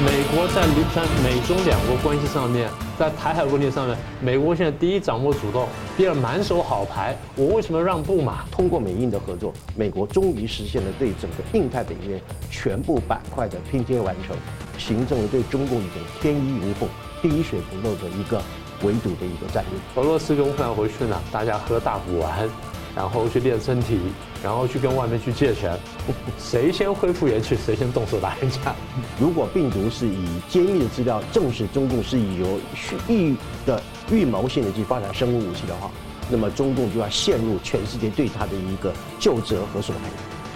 美国在美中两国关系上面，在台海问题上面，美国现在第一掌握主动，第二满手好牌，我为什么让步嘛？ 通过美印的合作，美国终于实现了对整个印太北约全部板块的拼接完成，形成了对中共一种天衣无缝、滴水不漏的一个围堵的一个战略。 俄罗斯跟乌克兰回去呢，大家喝大补丸，然后去练身体，然后去跟外面去借钱，谁先恢复元气，谁先动手打人家。 如果病毒是以揭秘的资料证实中共是有预谋性的去发展生物武器的话，那么中共就要陷入全世界对他的一个究责和索赔。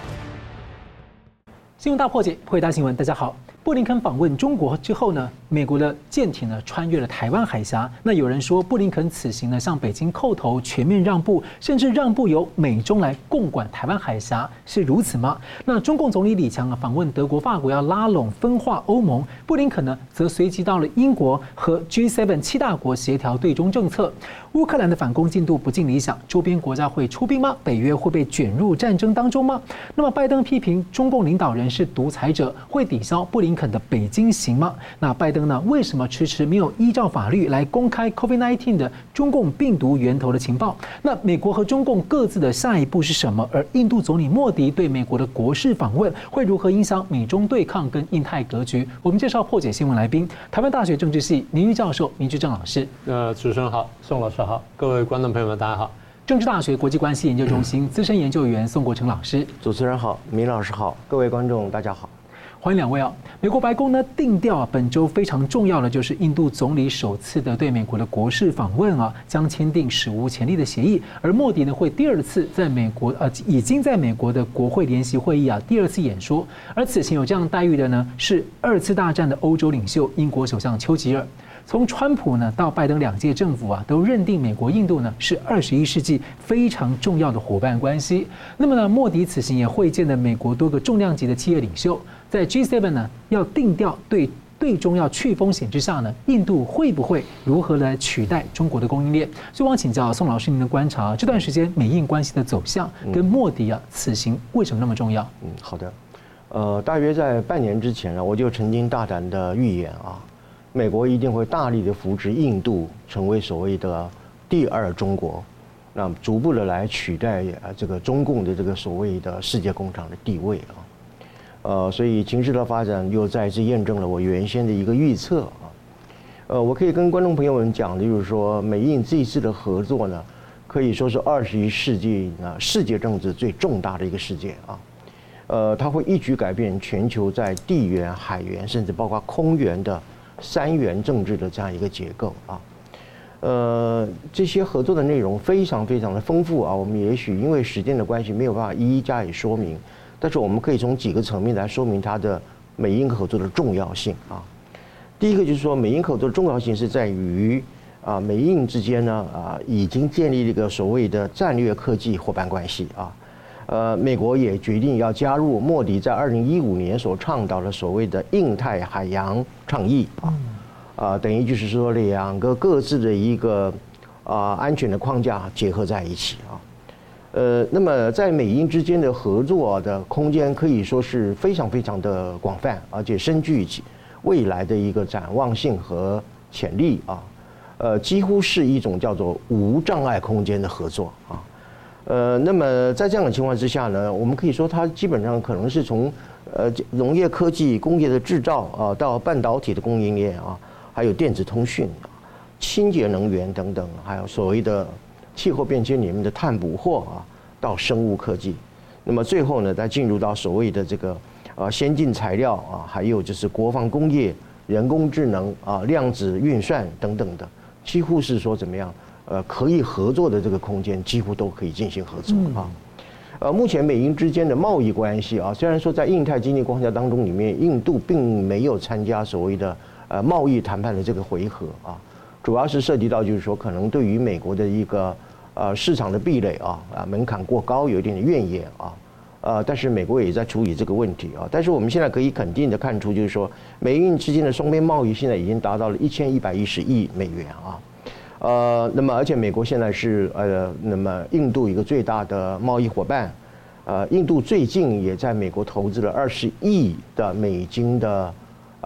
新闻大破解，回答新闻，大家好。布林肯访问中国之后呢，美国的舰艇呢穿越了台湾海峡。那有人说，布林肯此行呢向北京叩头，全面让步，甚至让步由美中来共管台湾海峡，是如此吗？那中共总理李强访问德国、法国，要拉拢分化欧盟。布林肯呢则随即到了英国和 G7 7大国协调对中政策。乌克兰的反攻进度不尽理想，周边国家会出兵吗？北约会被卷入战争当中吗？那么拜登批评中共领导人是独裁者，会抵消布林肯的北京行吗？那拜登呢？为什么迟迟没有依照法律来公开 COVID-19 的中共病毒源头的情报？那美国和中共各自的下一步是什么？而印度总理莫迪对美国的国事访问会如何影响美中对抗跟印太格局？我们介绍破解新闻来宾，台湾大学政治系名誉教授明居正老师。 主持人好，宋老师好，各位观众朋友们大家好。 政治大学国际关系研究中心资深研究员宋国成老师。 主持人好，明老师好，各位观众大家好。 欢迎两位啊！美国白宫呢定调啊，本周非常重要的就是印度总理首次的对美国的国事访问啊，将签订史无前例的协议。而莫迪呢会第二次在美国已经在美国的国会联席会议啊第二次演说。而此前有这样待遇的呢是2次大战的欧洲领袖英国首相丘吉尔。从川普呢到拜登两届政府啊，都认定美国、印度呢是21世纪非常重要的伙伴关系。那么呢，莫迪此行也会见了美国多个重量级的企业领袖。在 G7 呢要定调对中要去风险之下呢，印度会不会如何来取代中国的供应链？所以我想请教宋老师您的观察，这段时间美印关系的走向跟莫迪啊此行为什么那么重要？ 好的，大约在半年之前呢，我就曾经大胆的预言啊。美国一定会大力的扶持印度成为所谓的第二中国，那逐步的来取代这个中共的这个所谓的世界工厂的地位啊，所以情势的发展又再次验证了我原先的一个预测啊，我可以跟观众朋友们讲的就是说，美印这一次的合作呢，可以说是21世纪世界政治最重大的一个事件啊，它会一举改变全球在地缘、海缘甚至包括空缘的3元政治的这样一个结构啊，这些合作的内容非常非常的丰富啊，我们也许因为时间的关系没有办法一一加以说明，但是我们可以从几个层面来说明它的美印合作的重要性啊。第一个就是说，美印合作的重要性是在于美印之间呢已经建立了一个所谓的战略科技伙伴关系啊。美国也决定要加入莫迪在2015年所倡导的所谓的印太海洋倡议等于就是说两个各自的一个安全的框架结合在一起啊。那么在美印之间的合作的空间可以说是非常非常的广泛，而且深具未来的一个展望性和潜力啊。几乎是一种叫做无障碍空间的合作啊。那么在这样的情况之下呢，我们可以说它基本上可能是从农业科技、工业的制造到半导体的供应链还有电子通讯、清洁能源等等，还有所谓的气候变迁里面的碳捕获到生物科技，那么最后呢，再进入到所谓的这个先进材料还有就是国防工业、人工智能量子运算等等的，几乎是说怎么样？可以合作的这个空间几乎都可以进行合作目前美英之间的贸易关系虽然说在印太经济框架当中里面，印度并没有参加所谓的贸易谈判的这个回合主要是涉及到就是说可能对于美国的一个市场的壁垒门槛过高，有一点点怨言但是美国也在处理这个问题但是我们现在可以肯定的看出，就是说美印之间的双边贸易现在已经达到了1110亿美元那么而且美国现在是那么印度一个最大的贸易伙伴，印度最近也在美国投资了20亿的美金的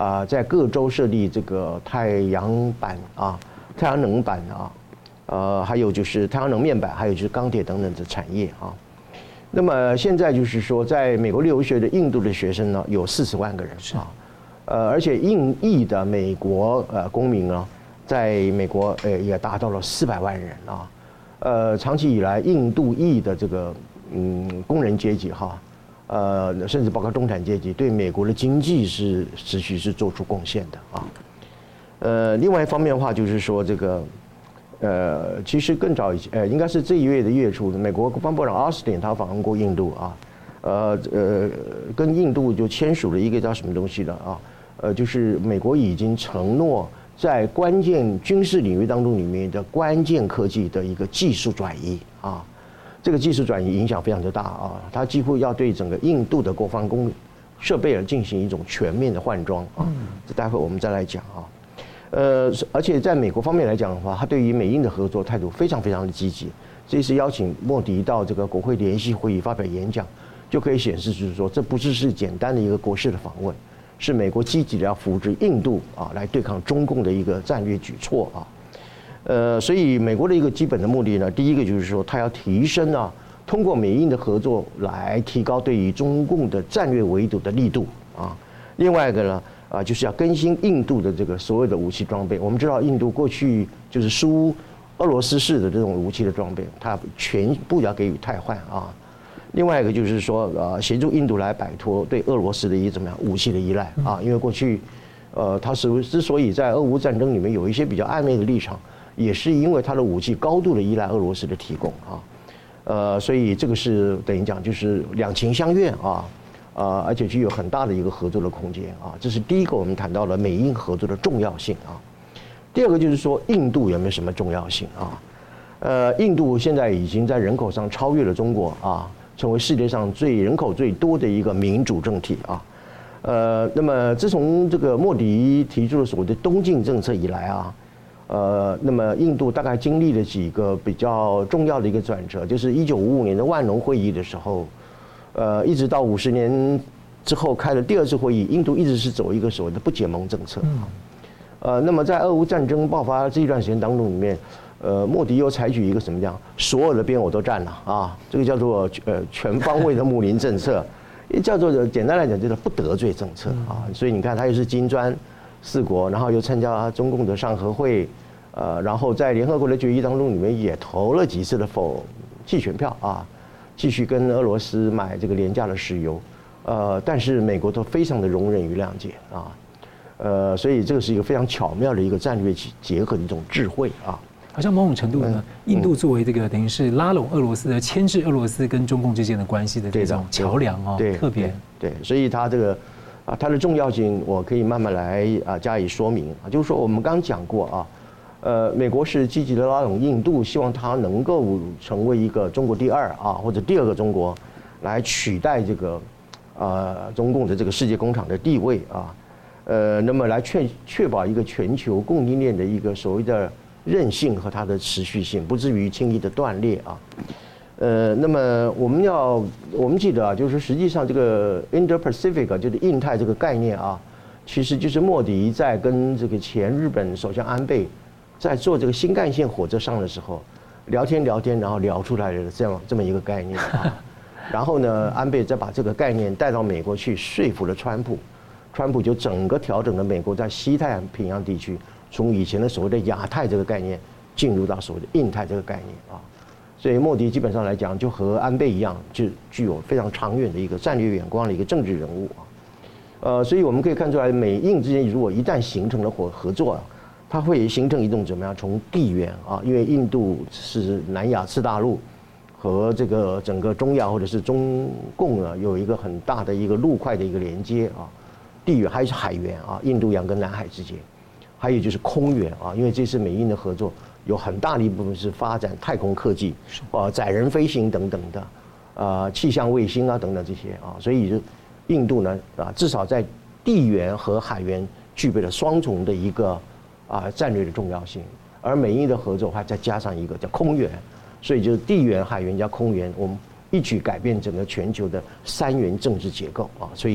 在各州设立这个太阳能板还有就是太阳能面板，还有就是钢铁等等的产业啊。那么现在就是说，在美国留学的印度的学生呢，有40万个人啊，而且印裔的美国公民呢，在美国也达到了400万人啊。长期以来，印度裔的这个工人阶级甚至包括中产阶级，对美国的经济是持续是做出贡献的啊。另外一方面的话，就是说这个。其实更早应该是这一月的月初，美国国防部长奥斯汀他访问过印度啊，跟印度就签署了一个叫什么东西的啊，就是美国已经承诺在关键军事领域当中里面的关键科技的一个技术转移啊，这个技术转移影响非常的大啊，它几乎要对整个印度的国防设备进行一种全面的换装啊，这待会我们再来讲啊。而且在美国方面来讲的话，他对于美印的合作态度非常非常的积极。这次邀请莫迪到这个国会联席会议发表演讲，就可以显示就是说，这不只是简单的一个国事的访问，是美国积极的要扶植印度来对抗中共的一个战略举措啊。所以美国的一个基本的目的呢，第一个就是说，他要提升通过美印的合作来提高对于中共的战略围堵的力度啊。另外一个呢。就是要更新印度的这个所有的武器装备。我们知道，印度过去就是输俄罗斯式的这种武器的装备，它全部要给予汰换啊。另外一个就是说，协助印度来摆脱对俄罗斯的一个怎么样武器的依赖啊。因为过去，它之所以在俄乌战争里面有一些比较暧昧的立场，也是因为它的武器高度的依赖俄罗斯的提供啊。所以这个是等于讲就是两情相悦啊。而且具有很大的一个合作的空间啊，这是第一个我们谈到了美印合作的重要性啊。第二个就是说，印度有没有什么重要性啊？印度现在已经在人口上超越了中国啊，成为世界上人口最多的一个民主政体啊。那么自从这个莫迪提出了所谓的东进政策以来那么印度大概经历了几个比较重要的一个转折，就是1955年的万隆会议的时候。一直到50年之后开了第2次会议，印度一直是走一个所谓的不结盟政策那么在俄乌战争爆发这一段时间当中里面，莫迪又采取一个什么样，所有的边我都占了啊，这个叫做全方位的睦邻政策，也叫做简单来讲就是不得罪政策啊。所以你看，他又是金砖4国，然后又参加中共的上合会，然后在联合国的决议当中里面也投了几次的弃权票啊。继续跟俄罗斯买这个廉价的石油，但是美国都非常的容忍与谅解所以这个是一个非常巧妙的一个战略结合的一种智慧啊。 好像某种程度呢，印度作为这个等于是拉拢俄罗斯的、牵制俄罗斯跟中共之间的关系的这种桥梁对， 特别对，所以它这个它的重要性，我可以慢慢来加以说明啊。就是说我们刚讲过美国是积极的拉拢印度，希望它能够成为一个中国第2或者第2个中国，来取代这个中共的这个世界工厂的地位那么来确保一个全球供应链的一个所谓的韧性和它的持续性，不至于轻易的断裂那么我们记得就是实际上这个 Indo-Pacific 就是印太这个概念其实就是莫迪在跟这个前日本首相安倍。在做这个新干线火车上的时候，聊天，然后聊出来的这么一个概念然后呢，安倍再把这个概念带到美国去，说服了川普，川普就整个调整了美国在西太平洋地区，从以前的所谓的亚太这个概念，进入到所谓的印太这个概念所以莫迪基本上来讲，就和安倍一样，就具有非常长远的一个战略眼光的一个政治人物所以我们可以看出来，美印之间如果一旦形成了合作它会形成一种怎么样？从地缘因为印度是南亚次大陆，和这个整个中亚或者是中共有一个很大的一个陆块的一个连接地缘还是海缘印度洋跟南海之间，还有就是空缘因为这次美印的合作有很大的一部分是发展太空科技载人飞行等等的气象卫星等等这些所以印度呢至少在地缘和海缘具备了双重的一个战略的重要性，而美印的合作还再加上一个叫空缘，所以就是地缘、海缘加空缘，我们一举改变整个全球的3元政治结构所以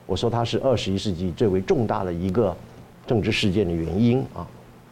我说它是21世纪最为重大的一个政治事件的原因啊。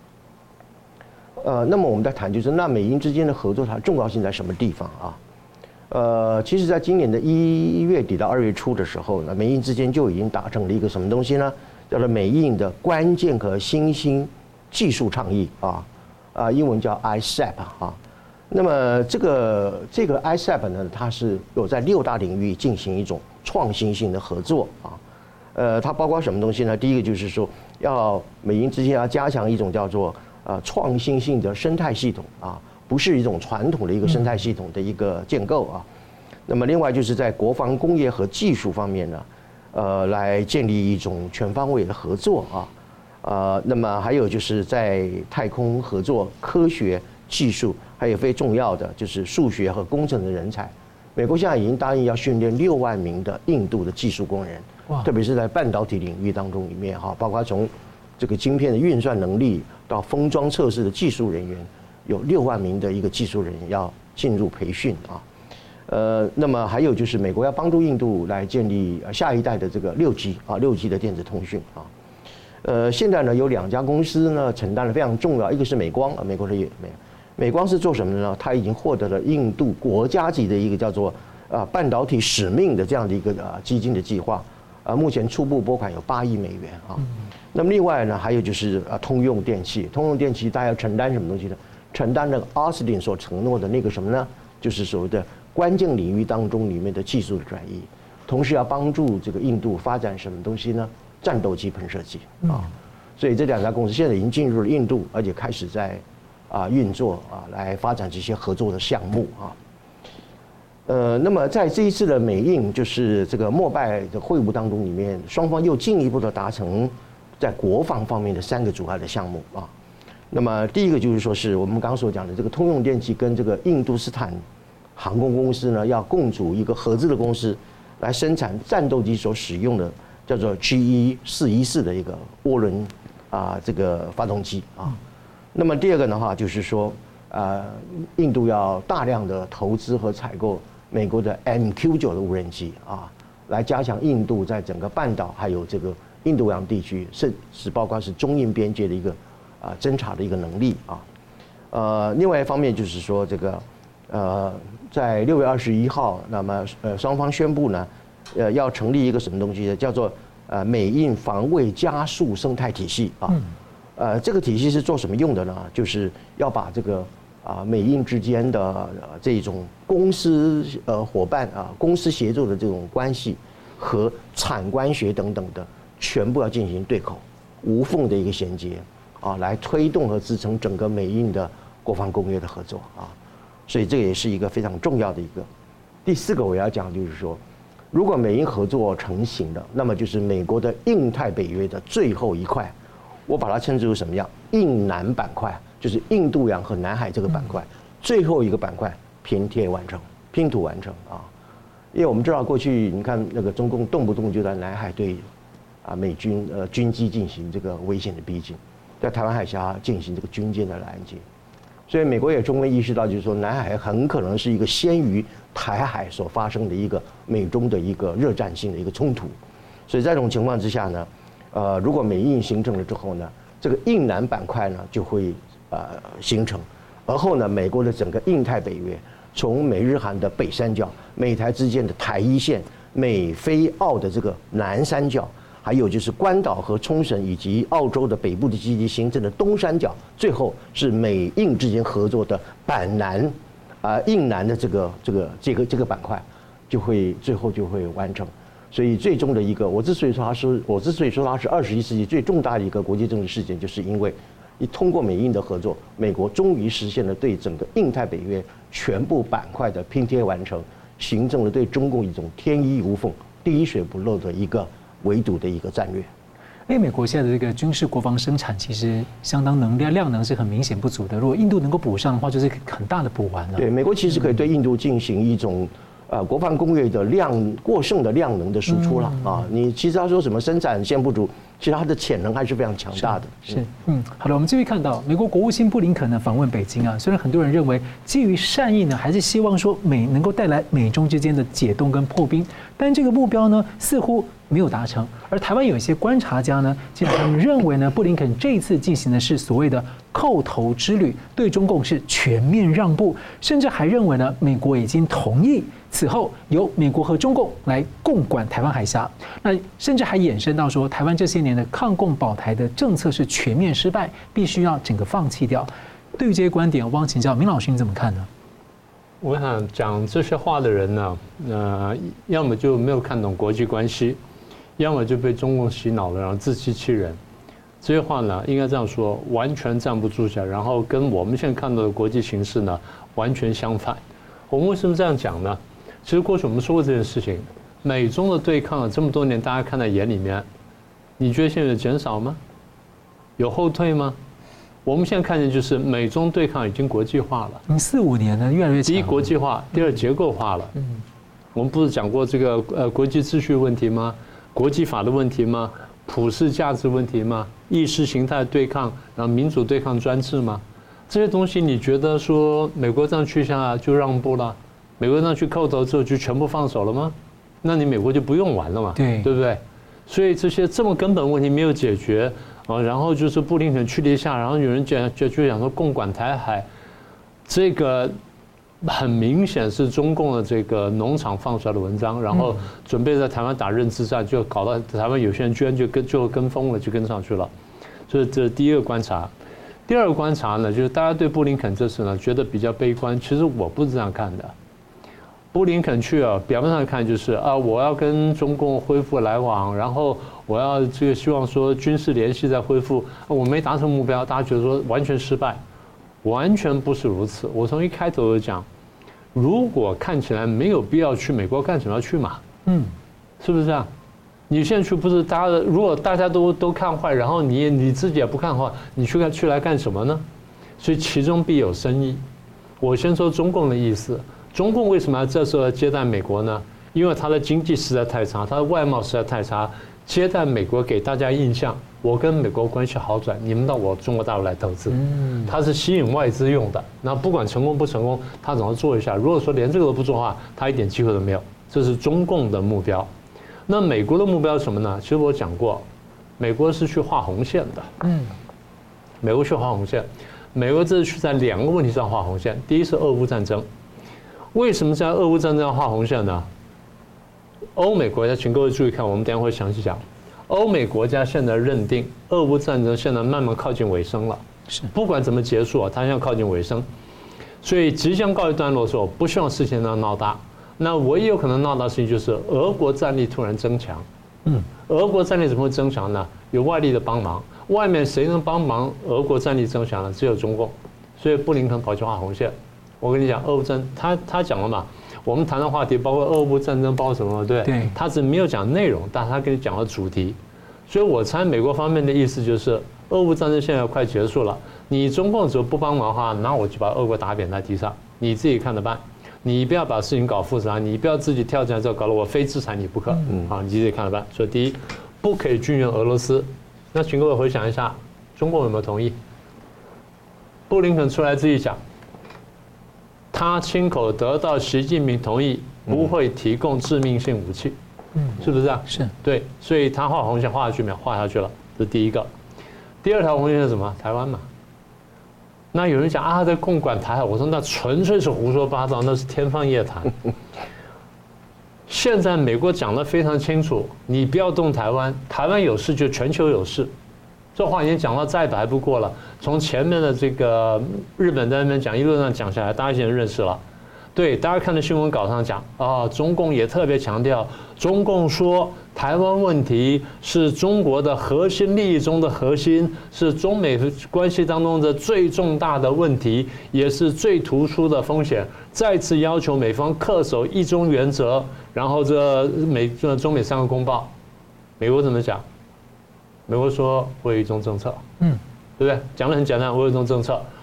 那么我们在谈就是那美英之间的合作它重要性在什么地方啊？其实在今年的1月底到2月初的时候呢，美英之间就已经达成了一个什么东西呢？叫做美英的关键和新兴技术倡议英文叫 ICEP 啊。那么这个 ICEP 呢，它是有在6大领域进行一种创新性的合作啊。它包括什么东西呢？第一个就是说，美英之间要加强一种叫做创新性的生态系统啊，不是一种传统的一个生态系统的一个建构啊。那么另外就是在国防工业和技术方面呢，来建立一种全方位的合作啊。那么还有就是在太空合作、科学技术，还有非重要的就是数学和工程的人才。美国现在已经答应要训练6万名的印度的技术工人，特别是在半导体领域当中里面包括从这个晶片的运算能力到封装测试的技术人员，有6万名的一个技术人员要进入培训啊。那么还有就是美国要帮助印度来建立下一代的这个6G 的电子通讯啊。现在呢有2家公司呢承担了非常重要，一个是美光美国的美光是做什么的呢？它已经获得了印度国家级的一个叫做半导体使命的这样的一个基金的计划，目前初步拨款有8亿美元啊。那么另外呢，还有就是通用电气大家要承担什么东西呢？承担了奥斯汀所承诺的那个什么呢？就是所谓的关键领域当中里面的技术的转移，同时要帮助这个印度发展什么东西呢？战斗机喷射机啊。所以这2家公司现在已经进入了印度，而且开始在运作来发展这些合作的项目那么在这一次的美印就是这个莫拜的会晤当中里面，双方又进一步的达成在国防方面的3个主要的项目啊。那么第一个就是说是我们刚刚所讲的这个通用电气跟这个印度斯坦航空公司呢，要共组一个合资的公司来生产战斗机所使用的叫做 GE414的一个涡轮这个发动机啊。那么第二个的话就是说印度要大量的投资和采购美国的 MQ9的无人机来加强印度在整个半岛还有这个印度洋地区，甚至包括是中印边界的一个侦察的一个能力另外一方面就是说这个在6月21号，那么双方宣布呢要成立一个什么东西呢？叫做美印防卫加速生态体系这个体系是做什么用的呢？就是要把这个美印之间的这种公司伙伴公司协作的这种关系和产官学等等的全部要进行对口无缝的一个衔接来推动和支撑整个美印的国防工业的合作所以这也是一个非常重要的一个。第4个我要讲就是说，如果美印合作成型了，那么就是美国的印太北约的最后一块，我把它称之为什么样？印南板块，就是印度洋和南海这个板块最后一个板块拼图完成因为我们知道过去你看那个中共动不动就在南海对美军军机进行这个危险的逼近，在台湾海峡进行这个军舰的拦截，所以美国也充分意识到，就是说南海很可能是一个先于台海所发生的一个美中的一个热战性的一个冲突，所以在这种情况之下呢，如果美印形成了之后呢，这个印南板块呢就会形成，而后呢，美国的整个印太北约，从美日韩的北三角、美台之间的台一线、美菲澳的这个南三角，还有就是关岛和冲绳以及澳洲的北部的基地形成的东三角，最后是美印之间合作的板南印南的这个板块，最后就会完成。所以最终的一个，我之所以说它是21世纪最重大的一个国际政治事件，就是因为通过美印的合作，美国终于实现了对整个印太北约全部板块的拼贴完成，形成了对中共一种天衣无缝、滴水不漏的一个围堵的一个战略。 因为美国现在的这个军事国防生产其实相当量能是很明显不足的，如果印度能够补上的话，就是很大的补完了。 对，美国其实可以对印度进行一种国防工业的过剩的量能的输出了啊。你其实要说什么生产线不足，其实它的潜能还是非常强大的。 是，好的，我们继续看到美国国务卿布林肯呢访问北京啊，虽然很多人认为基于善意呢，还是希望说能够带来美中之间的解冻跟破冰，但这个目标呢似乎没有达成。而台湾有一些观察家呢，其实他们认为呢，布林肯这一次进行的是所谓的叩头之旅，对中共是全面让步，甚至还认为呢，美国已经同意此后由美国和中共来共管台湾海峡。那甚至还衍生到说，台湾这些年的抗共保台的政策是全面失败，必须要整个放弃掉。对于这些观点，我帮请教明老师你怎么看呢？ 我想讲这些话的人呢，要么就没有看懂国际关系，要么就被中共洗脑了，然后自欺欺人。这些话呢，应该这样说，完全站不住脚，然后跟我们现在看到的国际形势呢完全相反。我们为什么这样讲呢？其实过去我们说过这件事情，美中的对抗这么多年，大家看在眼里面，你觉得现在有减少吗？有后退吗？我们现在看见就是美中对抗已经国际化了。 4、5年呢，越来越强。 第一国际化，第二结构化了。我们不是讲过这个国际秩序问题吗？国际法的问题吗？普世价值问题吗？意识形态对抗，然后民主对抗专制吗？这些东西你觉得说美国这样去下就让步了？美国这样去叩头之后就全部放手了吗？那你美国就不用玩了嘛？对不对？所以这些这么根本问题没有解决啊，然后就是布林肯去了一下，然后有人就讲说共管台海，这个很明显是中共的这个农场放出来的文章，然后准备在台湾打认知战，就搞到台湾有些人居然就跟风了，就跟上去了。所以这是第一个观察。第二个观察呢，就是大家对布林肯这次呢觉得比较悲观，其实我不是这样看的。布林肯去啊，表面上看就是啊，我要跟中共恢复来往，然后我要这个希望说军事联系再恢复，我没达成目标，大家觉得说完全失败，完全不是如此。我从一开头就讲，如果看起来没有必要去美国，干什么要去嘛？是不是这样？你现在去不是大家，如果大家都看坏，然后你自己也不看坏，你去来干什么呢？所以其中必有深意。我先说中共的意思。中共为什么要这时候接待美国呢？因为它的经济实在太差，它的外贸实在太差。接待美国给大家印象，我跟美国关系好转，你们到我中国大陆来投资，它是吸引外资用的。那不管成功不成功，它总要做一下。如果说连这个都不做的话，它一点机会都没有。这是中共的目标。那美国的目标是什么呢？其实我讲过，美国是去画红线的。美国去画红线，美国这是去在2个问题上画红线。第一是俄乌战争。为什么在俄乌战争要画红线呢？欧美国家，请各位注意看，我们等一下会详细讲。欧美国家现在认定俄乌战争现在慢慢靠近尾声了，不管怎么结束啊，它现在靠近尾声，所以即将告一段落的时候，不希望事情闹大。那唯一有可能闹大的事情就是俄国战力突然增强。俄国战力怎么会增强呢？有外力的帮忙，外面谁能帮忙俄国战力增强呢？只有中共。所以布林肯跑去画红线。我跟你讲，俄乌战，他讲了嘛，我们谈的话题包括俄乌战争，包括什么？对，他只没有讲内容，但他跟你讲了主题。所以我猜美国方面的意思就是，俄乌战争现在快结束了，你中共只要不帮忙的话，那我就把俄国打扁在地上，你自己看着办。你不要把事情搞复杂，你不要自己跳进来之后搞得我非制裁你不可。你自己看着办。所以第一，不可以军援俄罗斯。那请各位回想一下，中共有没有同意？布林肯出来自己讲。他亲口得到习近平同意，不会提供致命性武器，是不是这样？ 是对，所以他画红线画下去没有？画下去了，这是第一个。第二条红线是什么？台湾嘛。那有人讲啊，在共管台海，我说那纯粹是胡说八道，那是天方夜谭。现在美国讲得非常清楚，你不要动台湾，台湾有事就全球有事。这话已经讲到再白不过了。从前面的这个日本在那边讲，一路上讲下来，大家已经认识了。对，大家看的新闻稿上讲啊，中共也特别强调，中共说台湾问题是中国的核心利益中的核心，是中美关系当中的最重大的问题，也是最突出的风险。再次要求美方恪守一中原则，然后这中美3个公报，美国怎么讲？美国说我有一中政策，对不对？讲得很简单，我有一中政策，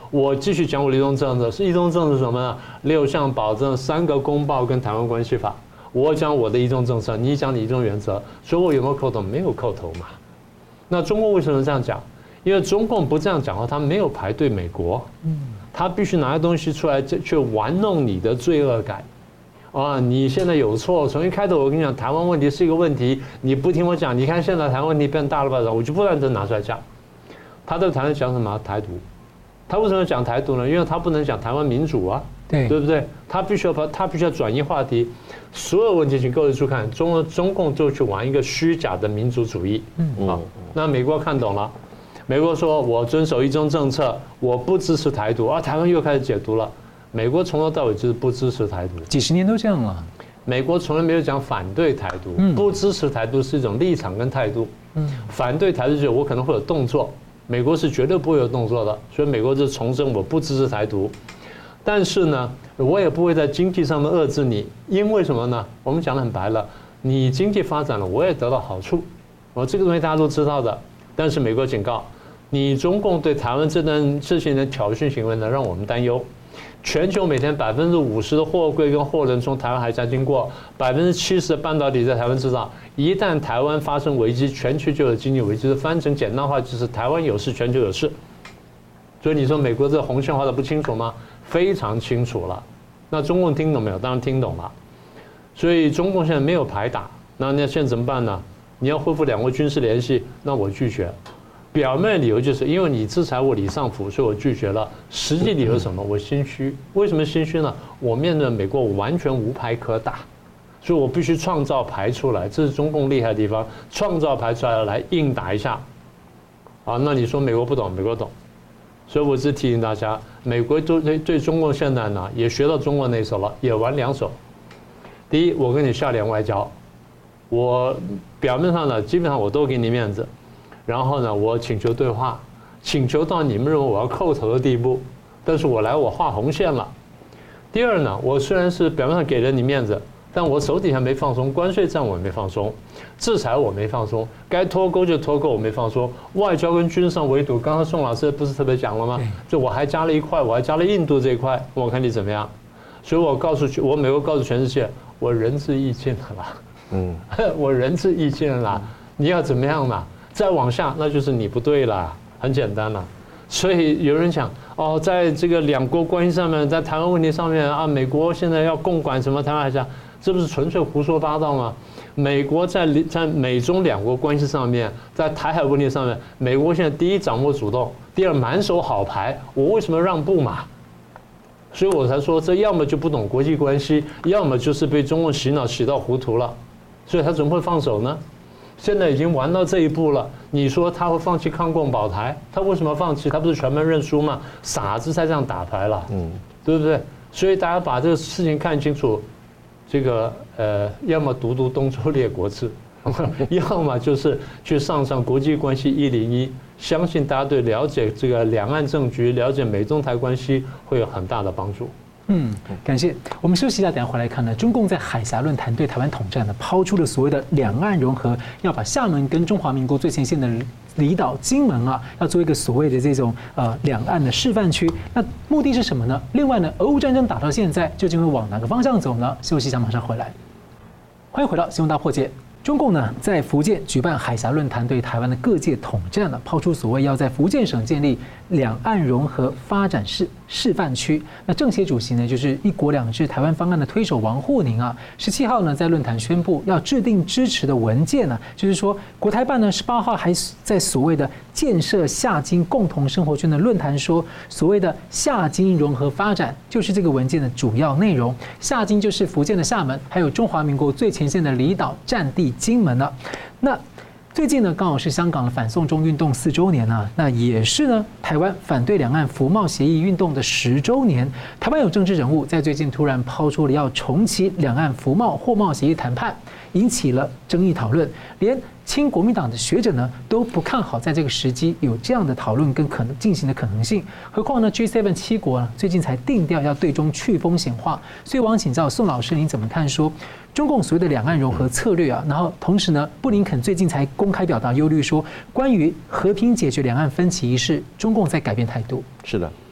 我继续讲我的一中政策，是一中政策是什么呢？6项保证、3个公报跟台湾关系法。我讲我的一中政策，你讲你一中原则，所以我有没有扣头？没有扣头嘛。那中国为什么这样讲？因为中共不这样讲的话，他没有排对美国，他必须拿东西出来去玩弄你的罪恶感。啊，你现在有错。从一开头我跟你讲，台湾问题是一个问题，你不听我讲，你看现在台湾问题变大了吧？我就不断地拿出来讲。他在台湾讲什么？台独。他为什么讲台独呢？因为他不能讲台湾民主啊，对不对？他必须要转移话题。所有问题，请各位注看，中共就去玩一个虚假的民族主义。那美国看懂了，美国说我遵守一中政策，我不支持台独啊，台湾又开始解读了。美国从头到尾就是不支持台独， 几十年都这样了。 美国从来没有讲反对台独，不支持台独是一种立场跟态度。反对台独就是我可能会有动作，美国是绝对不会有动作的，所以美国就重申我不支持台独。但是呢，我也不会在经济上面遏制你，因为什么呢？我们讲得很白了，你经济发展了，我也得到好处，这个东西大家都知道的。但是美国警告你，中共对台湾这段事情的挑衅行为呢，让我们担忧。全球每天50%的货柜跟货轮从台湾海峡经过，70%的半导体在台湾制造。一旦台湾发生危机，全球就有经济危机。翻成简单话就是台湾有事，全球有事。所以你说美国这红线画得不清楚吗？非常清楚了。那中共听懂没有？当然听懂了。所以中共现在没有牌打，那现在怎么办呢？你要恢复两国军事联系，那我拒绝。表面理由就是因为你制裁我李尚福，所以我拒绝了。实际理由是什么？我心虚。为什么心虚呢？我面对美国，我完全无牌可打，所以我必须创造牌出来。这是中共厉害的地方，创造牌出来硬打一下。那你说美国不懂？美国懂。所以我只提醒大家，美国对中共现在呢也学到中国那一手了，也玩两手。第一，我跟你下联外交，我表面上呢基本上我都给你面子。然后呢，我请求对话，请求到你们认为我要扣头的地步，但是我画红线了。第二呢，我虽然是表面上给了你面子，但我手底下没放松，关税战我没放松，制裁我没放松，该脱钩就脱钩我没放松，外交跟军事上围堵，刚刚宋老师不是特别讲了吗？就我还加了一块，我还加了印度这一块，我看你怎么样。所以我美国告诉全世界，我仁至义尽了啦，我仁至义尽了啦，你要怎么样啦？再往下，那就是你不对啦，很简单啦。所以有人讲在这个两国关系上面，在台湾问题上面啊，美国现在要共管什么台湾海峡，这不是纯粹胡说八道吗？美国在美中两国关系上面，在台海问题上面，美国现在第一掌握主动，第二满手好牌，我为什么让步嘛？所以我才说，这要么就不懂国际关系，要么就是被中共洗脑洗到糊涂了，所以他怎么会放手呢？现在已经玩到这一步了，你说他会放弃抗共保台？他为什么放弃？他不是全盘认输吗？傻子才这样打牌了，对不对？所以大家把这个事情看清楚，这个要么读东周列国志，要么就是去上国际关系101，相信大家对了解这个两岸政局、了解美中台关系会有很大的帮助。 感谢。我们休息一下，等一下回来看呢。中共在海峡论坛对台湾统战呢，抛出了所谓的两岸融合，要把厦门跟中华民国最前线的离岛金门啊，要做一个所谓的这种两岸的示范区。那目的是什么呢？另外呢，俄乌战争打到现在，究竟会往哪个方向走呢？休息一下，马上回来。欢迎回到新闻大破解。中共呢在福建举办海峡论坛，对台湾的各界统战呢，抛出所谓要在福建省建立两岸融合发展示范区。那政协主席呢，就是一国两制台湾方案的推手王沪宁啊，17号呢在论坛宣布要制定支持的文件呢，就是说国台办呢18号还在所谓的建设厦金共同生活圈的论坛说，所谓的厦金融合发展就是这个文件的主要内容。厦金就是福建的厦门，还有中华民国最前线的离岛战地金门了。那最近呢，刚好是香港的反送中运动4周年啊，那也是呢台湾反对两岸服贸协议运动的10周年。台湾有政治人物在最近突然抛出了要重启两岸服贸货贸协议谈判，引起了争议讨论，连亲国民党的学者呢都不看好在这个时机有这样的讨论跟可能进行的可能性。何况呢 G7 7国最近才定调要对中去风险化，所以我想请教宋老师，您怎么看说中共所谓的两岸融合策略啊？然后同时呢，布林肯最近才公开表达忧虑说，关于和平解决两岸分歧一事，中共在改变态度。 是的，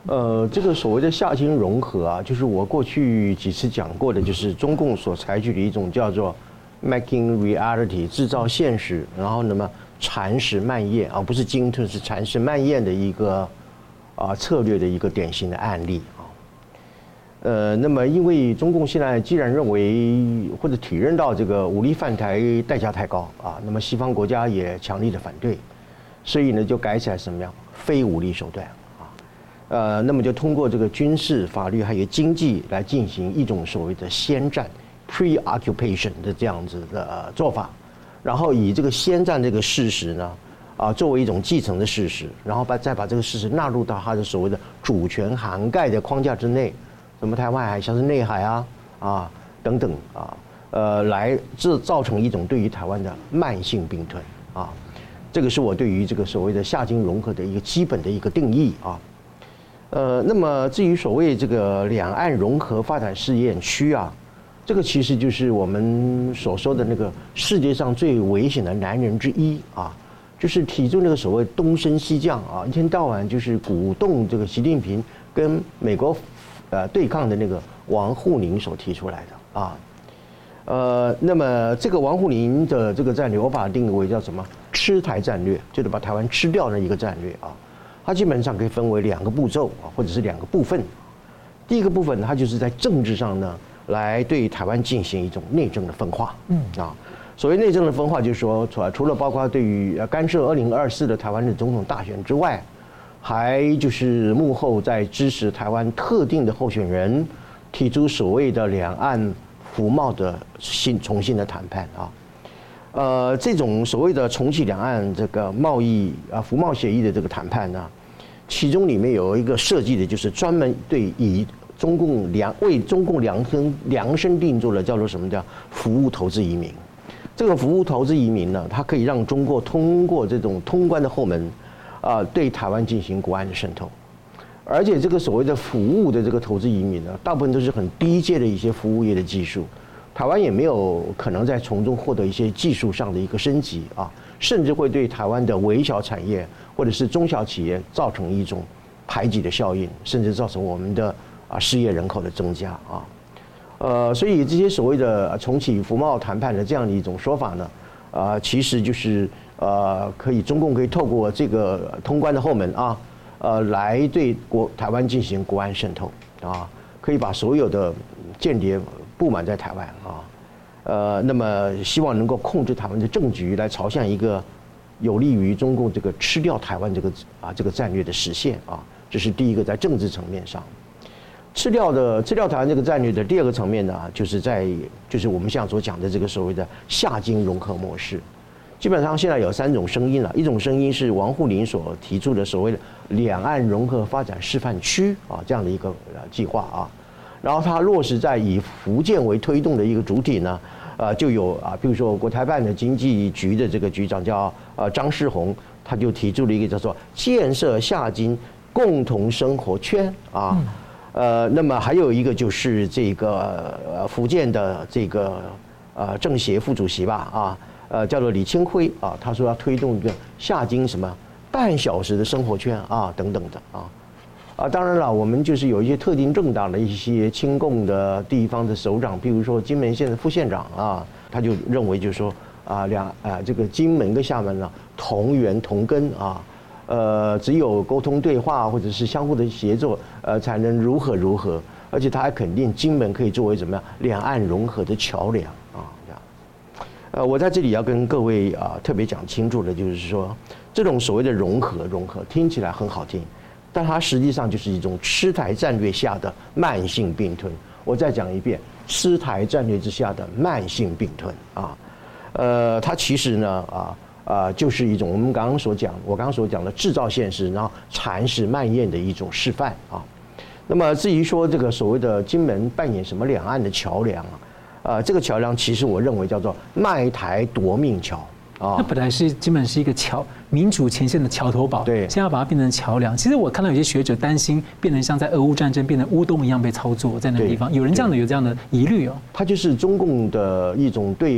这个所谓的下金融合啊，就是我过去几次讲过的，就是中共所采取的一种叫做 making reality 制造现实，然后那么蚕食蔓延啊，不是鲸吞，是蚕食蔓延的一个策略的一个典型的案例啊。那么因为中共现在既然认为或者体认到这个武力犯台代价太高啊，那么西方国家也强力的反对，所以呢就改采什么样非武力手段。那么就通过这个军事、法律还有经济来进行一种所谓的先战 （pre-occupation） 的这样子的做法，然后以这个先战这个事实呢，作为一种继承的事实，然后再把这个事实纳入到它的所谓的主权涵盖的框架之内，什么台湾海峡是内海等等来造成一种对于台湾的慢性并吞啊，这个是我对于这个所谓的下金融合的一个基本的一个定义啊。那么至于所谓这个两岸融合发展试验区啊，这个其实就是我们所说的那个世界上最危险的男人之一啊，就是提出那个所谓东升西降啊，一天到晚就是鼓动这个习近平跟美国对抗的那个王沪宁所提出来的啊。那么这个王沪宁的这个战略，我把它定义为叫什么？吃台战略，就是把台湾吃掉的一个战略啊。它基本上可以分为2个步骤啊，或者是2个部分。第一个部分，它就是在政治上呢，来对台湾进行一种内政的分化。所谓内政的分化，就是说，除了包括对于干涉2024的台湾的总统大选之外，还就是幕后在支持台湾特定的候选人提出所谓的两岸服贸的重新的谈判啊。这种所谓的重启两岸这个贸易服贸协议的这个谈判呢，其中里面有一个设计的，就是专门对为中共量身定做了叫做什么叫服务投资移民。这个服务投资移民呢，它可以让中国通过这种通关的后门对台湾进行国安的渗透。而且这个所谓的服务的这个投资移民呢，大部分都是很低阶的一些服务业的技术。台湾也没有可能在从中获得一些技术上的一个升级甚至会对台湾的微小产业或者是中小企业造成一种排挤的效应，甚至造成我们的失业人口的增加所以这些所谓的重启服贸谈判的这样的一种说法呢，其实就是中共可以透过这个通关的后门来对台湾进行国安渗透可以把所有的间谍布满在台湾那么希望能够控制台湾的政局，来朝向一个有利于中共这个吃掉台湾这个战略的实现这是第一个在政治层面上吃掉台湾这个战略的第2个层面呢，就是我们现在所讲的这个所谓的下金融合模式。基本上现在有3种声音了，一种声音是王沪宁所提出的所谓的两岸融合发展示范区这样的一个计划然后它落实在以福建为推动的一个主体呢，就有比如说国台办的经济局的这个局长叫张世宏，他就提出了一个叫做建设下金共同生活圈那么还有一个就是这个福建的这个政协副主席叫做李清辉他说要推动一个下金什么半小时的生活圈等等的当然了，我们就是有一些特定政党的一些亲共的地方的首长，譬如说金门县的副县长他就认为就是说这个金门跟厦门呢同源同根只有沟通对话或者是相互的协作才能如何，而且他还肯定金门可以作为怎么样两岸融合的桥梁我在这里要跟各位特别讲清楚的就是说，这种所谓的融合听起来很好听。但它实际上就是一种吃台战略下的慢性并吞。我再讲一遍，吃台战略之下的慢性并吞它其实呢就是一种我刚刚所讲的制造现实，然后蚕食蔓延的一种示范那么至于说这个所谓的金门扮演什么两岸的桥梁这个桥梁其实我认为叫做卖台夺命桥。 那本来是基本是一个民主前线的桥头堡， 对， 现在要把它变成桥梁。其实我看到有些学者担心变成像在俄乌战争变成乌东一样被操作在那个地方，有这样的疑虑它就是中共的一种对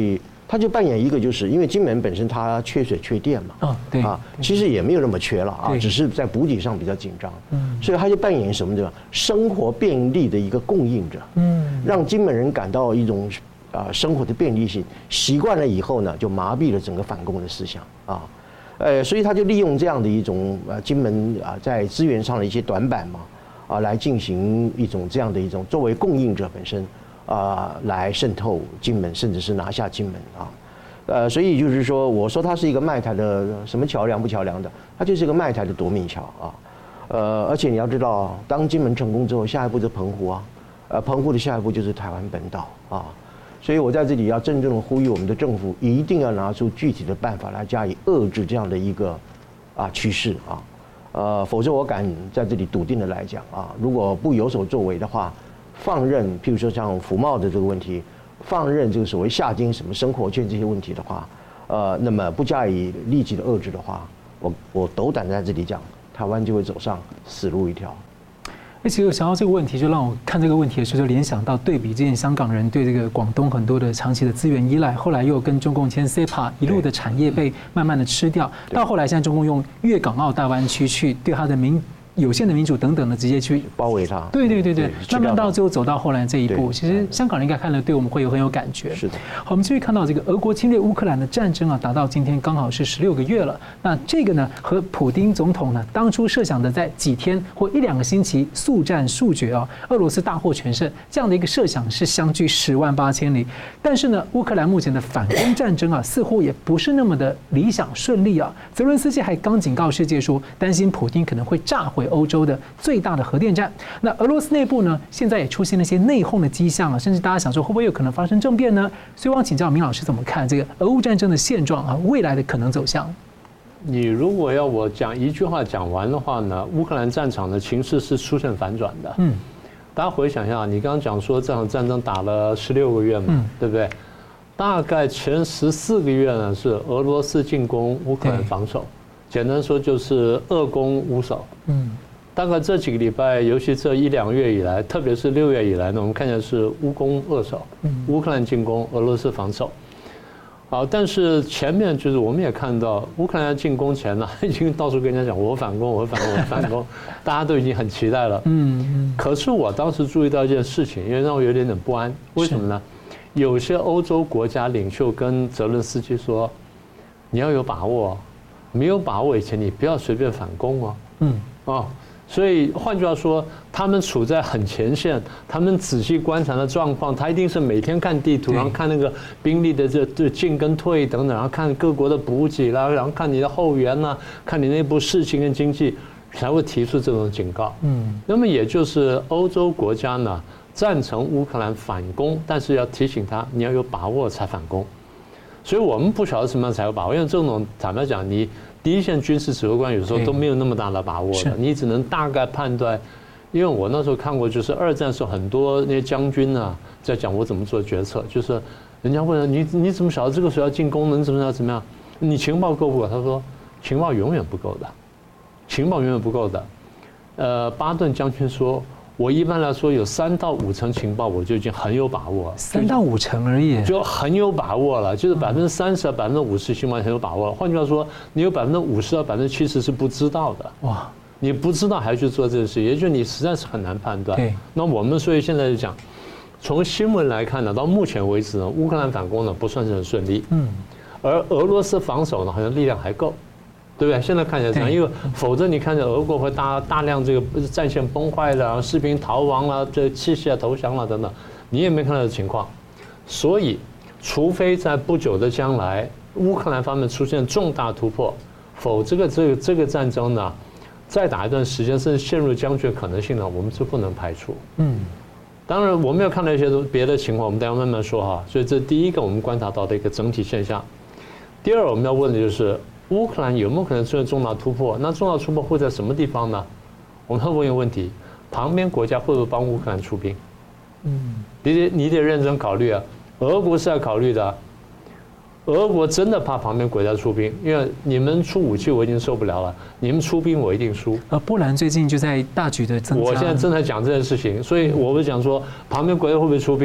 他就扮演一个，就是因为金门本身它缺水缺电嘛， 对啊，其实也没有那么缺了啊，只是在补给上比较紧张，所以他就扮演什么呢？生活便利的一个供应者，让金门人感到一种生活的便利性，习惯了以后呢，就麻痹了整个反共的思想啊，所以他就利用这样的一种金门在资源上的一些短板嘛，来进行一种这样的一种作为供应者本身。来渗透金门，甚至是拿下金门啊，所以就是说，我说它是一个卖台的什么桥梁不桥梁的，它就是一个卖台的夺命桥啊，而且你要知道，当金门成功之后，下一步是澎湖啊，澎湖的下一步就是台湾本岛啊，所以我在这里要郑重的呼吁我们的政府一定要拿出具体的办法来加以遏制这样的一个趋势啊，否则我敢在这里笃定的来讲啊，如果不有所作为的话。放任，譬如说像服贸的这个问题，放任这个所谓下金什么生活圈这些问题的话，那么不加以立即的遏制的话，我斗胆在这里讲，台湾就会走上死路一条。 其实我想到这个问题，就让我看这个问题的时候，就联想到对比之前香港人对这个广东很多的长期的资源依赖，后来又跟中共签 CEPA， 一路的产业被慢慢的吃掉，到后来现在中共用粤港澳大湾区去对它的有限的民主等等的直接去包围它， 对，慢慢到最后走到后来这一步，其实香港人应该看了对我们会很有感觉。 是的。 好，我们继续看到这个俄国侵略乌克兰的战争达到今天刚好是16个月了。那这个呢，和普丁总统呢当初设想的在几天或1-2个星期速战速决俄罗斯大获全胜这样的一个设想是相距10万8千里。但是呢，乌克兰目前的反攻战争似乎也不是那么的理想顺利泽伦斯基还刚警告世界说，担心普丁可能会炸毁欧洲的最大的核电站。那俄罗斯内部呢，现在也出现了一些内讧的迹象甚至大家想说会不会有可能发生政变呢？所以我想请教明老师怎么看这个俄乌战争的现状未来的可能走向？ 你如果要我讲一句话讲完的话呢，乌克兰战场的情势是出现反转的。大家回想一下，你刚刚讲说这场战争打了16个月嘛，对不对？大概前14个月呢是俄罗斯进攻，乌克兰防守。简单说就是2攻5守。大概这几个礼拜，尤其这1-2个月以来，特别是6月以来呢，我们看见是乌攻2守，乌克兰进攻，俄罗斯防守。好，但是前面就是我们也看到，乌克兰进攻前呢，已经到处跟人家讲我反攻，我反攻，我反攻，大家都已经很期待了。可是我当时注意到一件事情，因为让我有点不安。为什么呢？有些欧洲国家领袖跟泽伦斯基说，你要有把握。没有把握以前，你不要随便反攻所以换句话说，他们处在很前线，他们仔细观察的状况，他一定是每天看地图，然后看那个兵力的这进跟退等等，然后看各国的补给啦，然后看你的后援啦，看你内部事情跟经济，才会提出这种警告。那么也就是欧洲国家呢赞成乌克兰反攻，但是要提醒他，你要有把握才反攻。所以我们不晓得什么样才有把握，因为这种坦白讲，你第一线军事指挥官有时候都没有那么大的把握的，你只能大概判断。因为我那时候看过，就是2战时候很多那些将军在讲我怎么做决策，就是人家问你怎么晓得这个时候要进攻呢？你怎么样？你情报够不够？他说情报永远不够的，情报永远不够的。巴顿将军说，我一般来说有3到5成情报，我就已经很有把握了。 3到5成而已， 就很有把握了，就是30%到50%情报很有把握了。换句话说，你有50%到70%是不知道的。哇，你不知道还去做这个事，也就是你实在是很难判断。那我们所以现在就讲，从新闻来看呢，到目前为止呢，乌克兰反攻呢不算是很顺利。而俄罗斯防守呢，好像力量还够。对不对？现在看起来这样，因为否则你看着俄国会大量这个战线崩坏了，然后士兵逃亡了，这器械投降了等等，你也没看到的情况。所以，除非在不久的将来，乌克兰方面出现重大突破，否则这个战争呢，再打一段时间，甚至陷入僵局的可能性呢，我们是不能排除。当然我们要看到一些别的情况，我们等一下慢慢说哈。所以这第一个我们观察到的一个整体现象。第二，我们要问的就是。乌克兰有没有可能出现重大突破？那重大突破会在什么地方呢？我们会问一个问题：旁边国家会不会帮乌克兰出兵？你得认真考虑啊。俄国是要考虑的。俄国真的怕旁边国家出兵，因为你们出武器我已经受不了了，你们出兵我一定输。 波兰最近就在大举的增加。 我现在正在讲这件事情，所以我会讲说，旁边国家会不会出兵？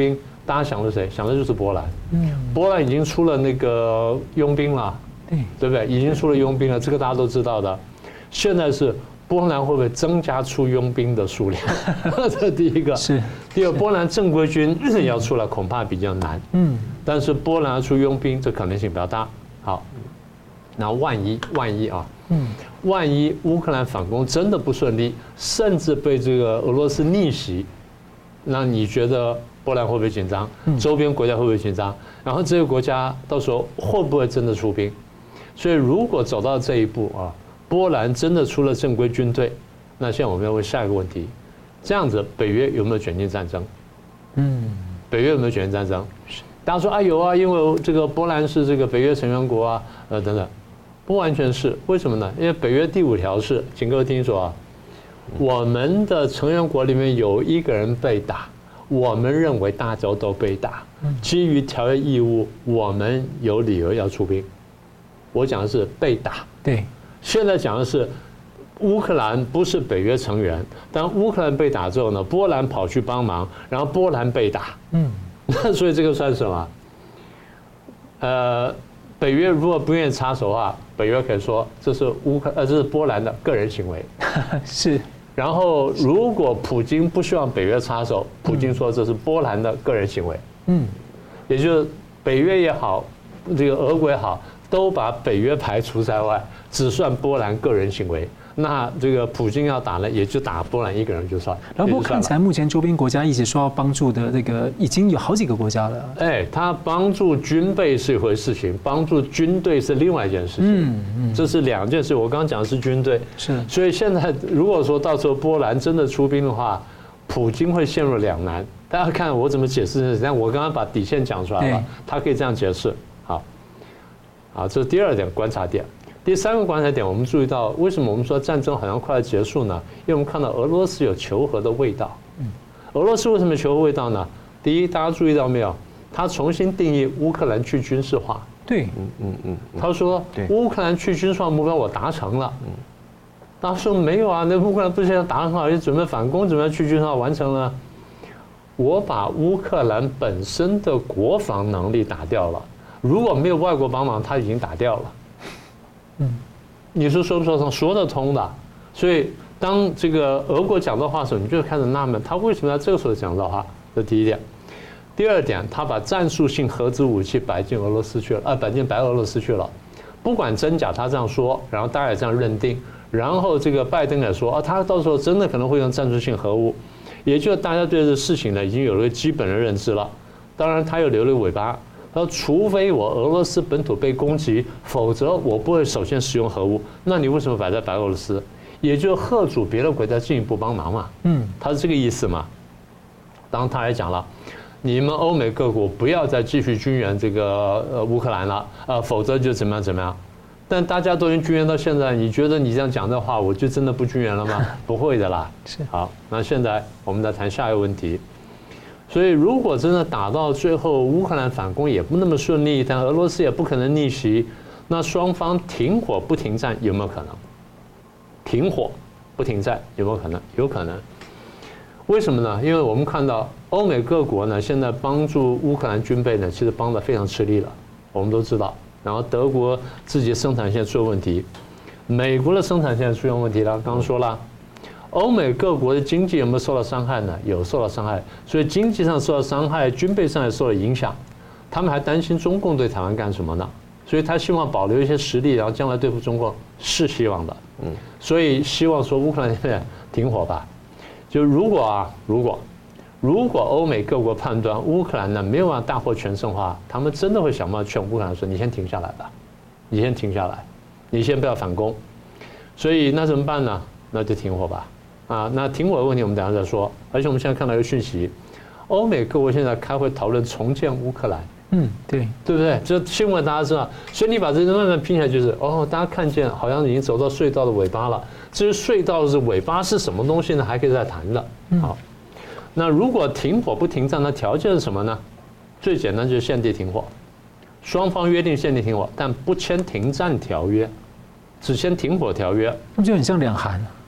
大家想的谁？想的就是波兰。波兰已经出了那个佣兵了，对不对？已经出了佣兵了，这个大家都知道的。现在是波兰会不会增加出佣兵的数量？这第一个。是。第二，波兰正规军要出来恐怕比较难。但是波兰要出佣兵，这可能性比较大。好，那万一啊，万一乌克兰反攻真的不顺利，甚至被这个俄罗斯逆袭，那你觉得波兰会不会紧张？周边国家会不会紧张？然后这些国家到时候会不会真的出兵？所以如果走到这一步啊，波兰真的出了正规军队，那现在我们要问下一个问题：这样子北约有没有卷进战争？北约有没有卷进战争？大家说啊有啊，因为这个波兰是这个北约成员国啊，等等。不完全是，为什么呢？因为北约第5条是，请各位听说啊，我们的成员国里面有一个人被打，我们认为大家都被打，基于条约义务，我们有理由要出兵。我讲的是被打， 对。 现在讲的是乌克兰不是北约成员，但乌克兰被打之后呢，波兰跑去帮忙，然后波兰被打，那所以这个算什么？北约如果不愿意插手的话，北约可以说这是这是波兰的个人行为， 是。 然后如果普京不希望北约插手，普京说这是波兰的个人行为，也就是北约也好，这个俄国也好，都把北约排除在外，只算波兰个人行为。那这个普京要打呢，也就打波兰一个人就算。 然后不过看起来目前周边国家一直说要帮助的这个已经有好几个国家了。 他帮助军备是一回事情，帮助军队是另外一件事情。这是2件事。我刚刚讲的是军队， 是。 所以现在如果说到时候波兰真的出兵的话，普京会陷入两难。大家看我怎么解释这件事，但我刚刚把底线讲出来了，他可以这样解释。好，这是第2点观察点。第3个观察点，我们注意到，为什么我们说战争好像快要结束呢？因为我们看到俄罗斯有求和的味道。俄罗斯为什么求和味道呢？第一，大家注意到没有？他重新定义乌克兰去军事化。 对， 他说乌克兰去军事化目标我达成了。大家说没有啊？那乌克兰不是现在达成好，也准备反攻，准备去军事化完成了。我把乌克兰本身的国防能力打掉了，如果没有外国帮忙，他已经打掉了。你说不说得通？说得通的。所以当这个俄国讲这话的时候，你就开始纳闷，他为什么在这个时候讲这话？这第一点。第2点，他把战术性核子武器摆进俄罗斯去了，摆进白俄罗斯去了。不管真假，他这样说，然后大家也这样认定，然后这个拜登也说，他到时候真的可能会用战术性核武，也就是大家对这事情呢已经有了个基本的认知了。当然，他又留了尾巴。他说：“除非我俄罗斯本土被攻击，否则我不会首先使用核武。那你为什么摆在白俄罗斯？也就吓阻别的国家进一步帮忙嘛。他是这个意思嘛。当然，他还讲了，你们欧美各国不要再继续军援这个乌克兰了，否则就怎么样。但大家都已经军援到现在，你觉得你这样讲的话，我就真的不军援了吗？不会的啦。好，那现在我们再谈下一个问题。”所以，如果真的打到最后，乌克兰反攻也不那么顺利，但俄罗斯也不可能逆袭，那双方停火不停战有没有可能？停火不停战有没有可能？有可能。为什么呢？因为我们看到欧美各国呢，现在帮助乌克兰军备呢，其实帮得非常吃力了。我们都知道，然后德国自己生产线出了问题，美国的生产线出现问题了，刚刚说了。欧美各国的经济有没有受到伤害呢？有受到伤害，所以经济上受到伤害，军备上也受到影响。他们还担心中共对台湾干什么呢？所以他希望保留一些实力，然后将来对付中共是希望的。所以希望说乌克兰那边停火吧。就如果欧美各国判断乌克兰呢没有办法大获全胜的话，他们真的会想办法劝乌克兰说：“你先停下来吧，你先停下来，你先不要反攻。”所以那怎么办呢？那就停火吧。那停火的问题我们等一下再说。而且我们现在看到一个讯息，欧美各国现在开会讨论重建乌克兰。 对不对？这新闻大家知道，所以你把这些慢慢拼起来，就是大家看见好像已经走到隧道的尾巴了。至于隧道的尾巴是什么东西呢？还可以再谈的。好，那如果停火不停战，那条件是什么呢？最简单就是限地停火，双方约定限地停火，但不签停战条约，只签停火条约。 那就很像两韩。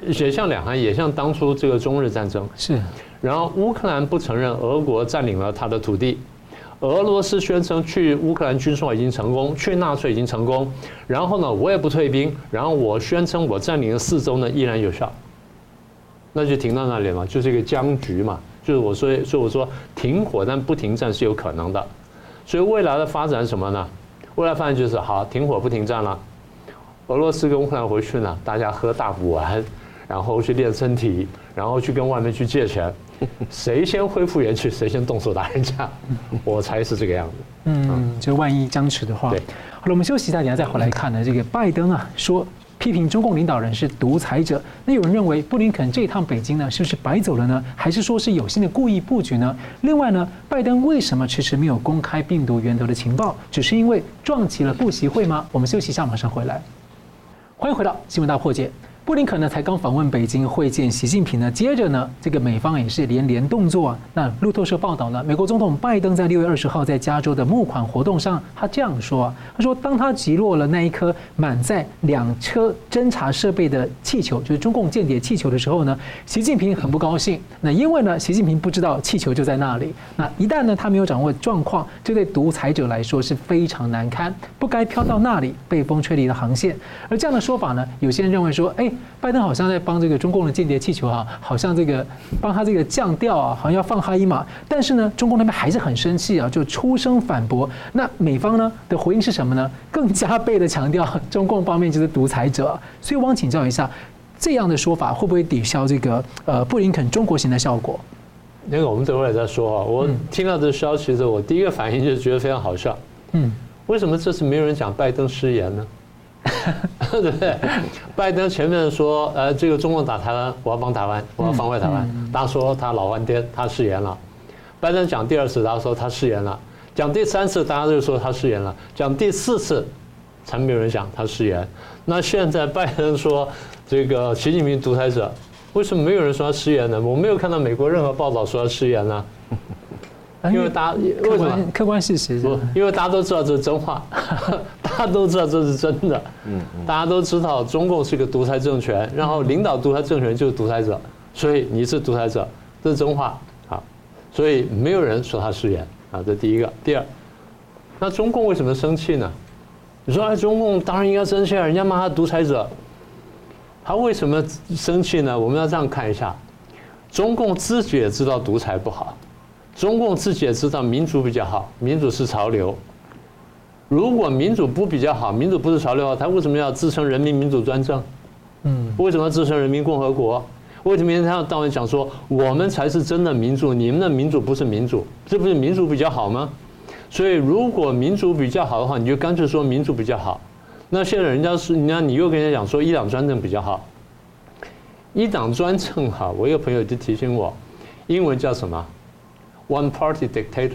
也像两韩，也像当初这个中日战争。 是。 然后乌克兰不承认俄国占领了他的土地，俄罗斯宣称去乌克兰军售已经成功，去纳粹已经成功。然后呢，我也不退兵，然后我宣称我占领的4州呢依然有效，那就停到那里嘛，就是一个僵局嘛。就是所以我说停火但不停战是有可能的。所以未来的发展是什么呢？未来发展就是好，停火不停战了。俄罗斯跟乌克兰回去呢，大家喝大补丸，然后去练身体，然后去跟外面去借钱，谁先恢复元气，谁先动手打人家，我猜是这个样子。 就万一僵持的话。 对， 好了，我们休息一下，等一下再回来看呢。这个拜登啊说批评中共领导人是独裁者，那有人认为布林肯这一趟北京呢，是不是白走了呢？还是说是有心的故意布局呢？另外呢，拜登为什么迟迟没有公开病毒源头的情报？只是因为撞击了布习会吗？我们休息一下，马上回来。欢迎回到新闻大破解。布林肯呢才刚访问北京会见习近平呢，接着呢这个美方也是连动作啊。那路透社报道呢，美国总统拜登在6月20号在加州的募款活动上，他这样说啊，他说当他击落了那一颗满载2车侦察设备的气球，就是中共间谍气球的时候呢，习近平很不高兴。那因为呢，习近平不知道气球就在那里，那一旦呢他没有掌握状况，这对独裁者来说是非常难堪，不该飘到那里，被风吹离了航线。而这样的说法呢，有些人认为说，拜登好像在帮这个中共的间谍气球啊，好像这个帮他这个降调啊，好像要放他一马。但是呢，中共那边还是很生气啊，就出声反驳。那美方呢的回应是什么呢？更加倍的强调中共方面就是独裁者。所以我想请教一下，这样的说法会不会抵消这个布林肯中国行的效果？ 那个我们等会儿再说啊。我听到这消息之后，我第一个反应就是觉得非常好笑。为什么这次没有人讲拜登失言呢？对不对？拜登前面说，这个中共打台湾，我要帮台湾，我要防卫台湾。大家说他老翻天，他失言了。拜登讲第2次，大家说他失言了；讲第3次，大家就说他失言了；讲第4次，才没有人讲他失言。那现在拜登说这个习近平独裁者，为什么没有人说他失言呢？我没有看到美国任何报道说他失言呢。因为大家为什么客观事实？ 因为大家都知道这是真话，大家都知道这是真的。大家都知道中共是个独裁政权，然后领导独裁政权就是独裁者，所以你是独裁者，这是真话啊。所以没有人说他失言啊，这第一个。第二，那中共为什么生气呢？你说中共当然应该生气啊，人家骂他独裁者，他为什么生气呢？我们要这样看一下，中共自己也知道独裁不好。中共自己也知道民主比较好，民主是潮流。如果民主不比较好，民主不是潮流，他为什么要自称人民民主专政？为什么要自称人民共和国？为什么他要到晚讲说我们才是真的民主，你们的民主不是民主？这不是民主比较好吗？所以如果民主比较好的话，你就干脆说民主比较好。那现在人家是，你又跟人家讲说一党专政比较好。一党专政哈，我一个朋友就提醒我，英文叫什么？One party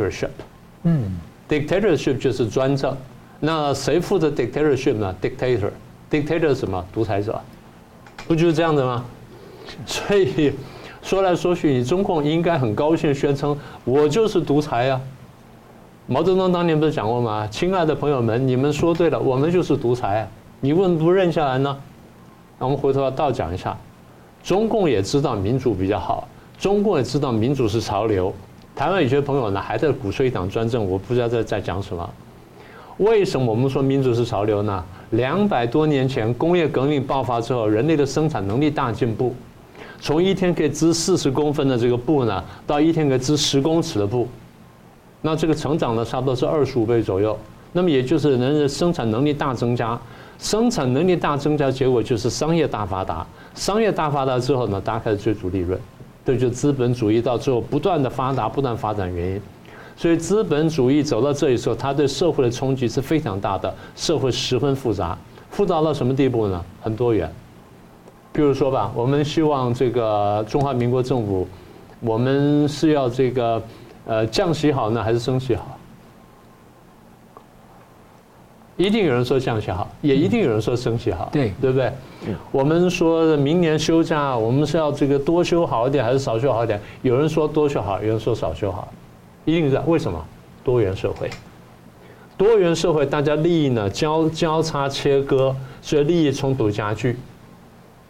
dictatorship。dictatorship 就是专政。那谁负责 dictatorship 呢 ？dictator 是什么？独裁者，不就是这样的吗？所以说来说去，你中共应该很高兴宣称我就是独裁啊。毛泽东当年不是讲过吗？亲爱的朋友们，你们说对了，我们就是独裁啊，你为什么不认下来呢？那我们回头要倒讲一下，中共也知道民主比较好，中共也知道民主是潮流。台湾有些朋友呢还在鼓吹一党专政，我不知道在讲什么。为什么我们说民主是潮流呢？200多年前工业革命爆发之后，人类的生产能力大进步，从一天可以织40公分的这个布呢，到一天可以织10公尺的布，那这个成长呢差不多是25倍左右。那么也就是人的生产能力大增加，生产能力大增加，结果就是商业大发达。商业大发达之后呢，大家开始追逐利润。这就是资本主义到最后不断的发达、不断发展原因。所以资本主义走到这里的时候，它对社会的冲击是非常大的，社会十分复杂，复杂到什么地步呢？很多元。比如说吧，我们希望这个中华民国政府，我们是要这个降息好呢，还是升息好？一定有人说降息好，也一定有人说升息好，对不对？我们说明年休假，我们是要这个多休好一点，还是少休好一点？有人说多休好，有人说少休好，一定是为什么？多元社会，多元社会大家利益呢交叉切割，所以利益冲突加剧。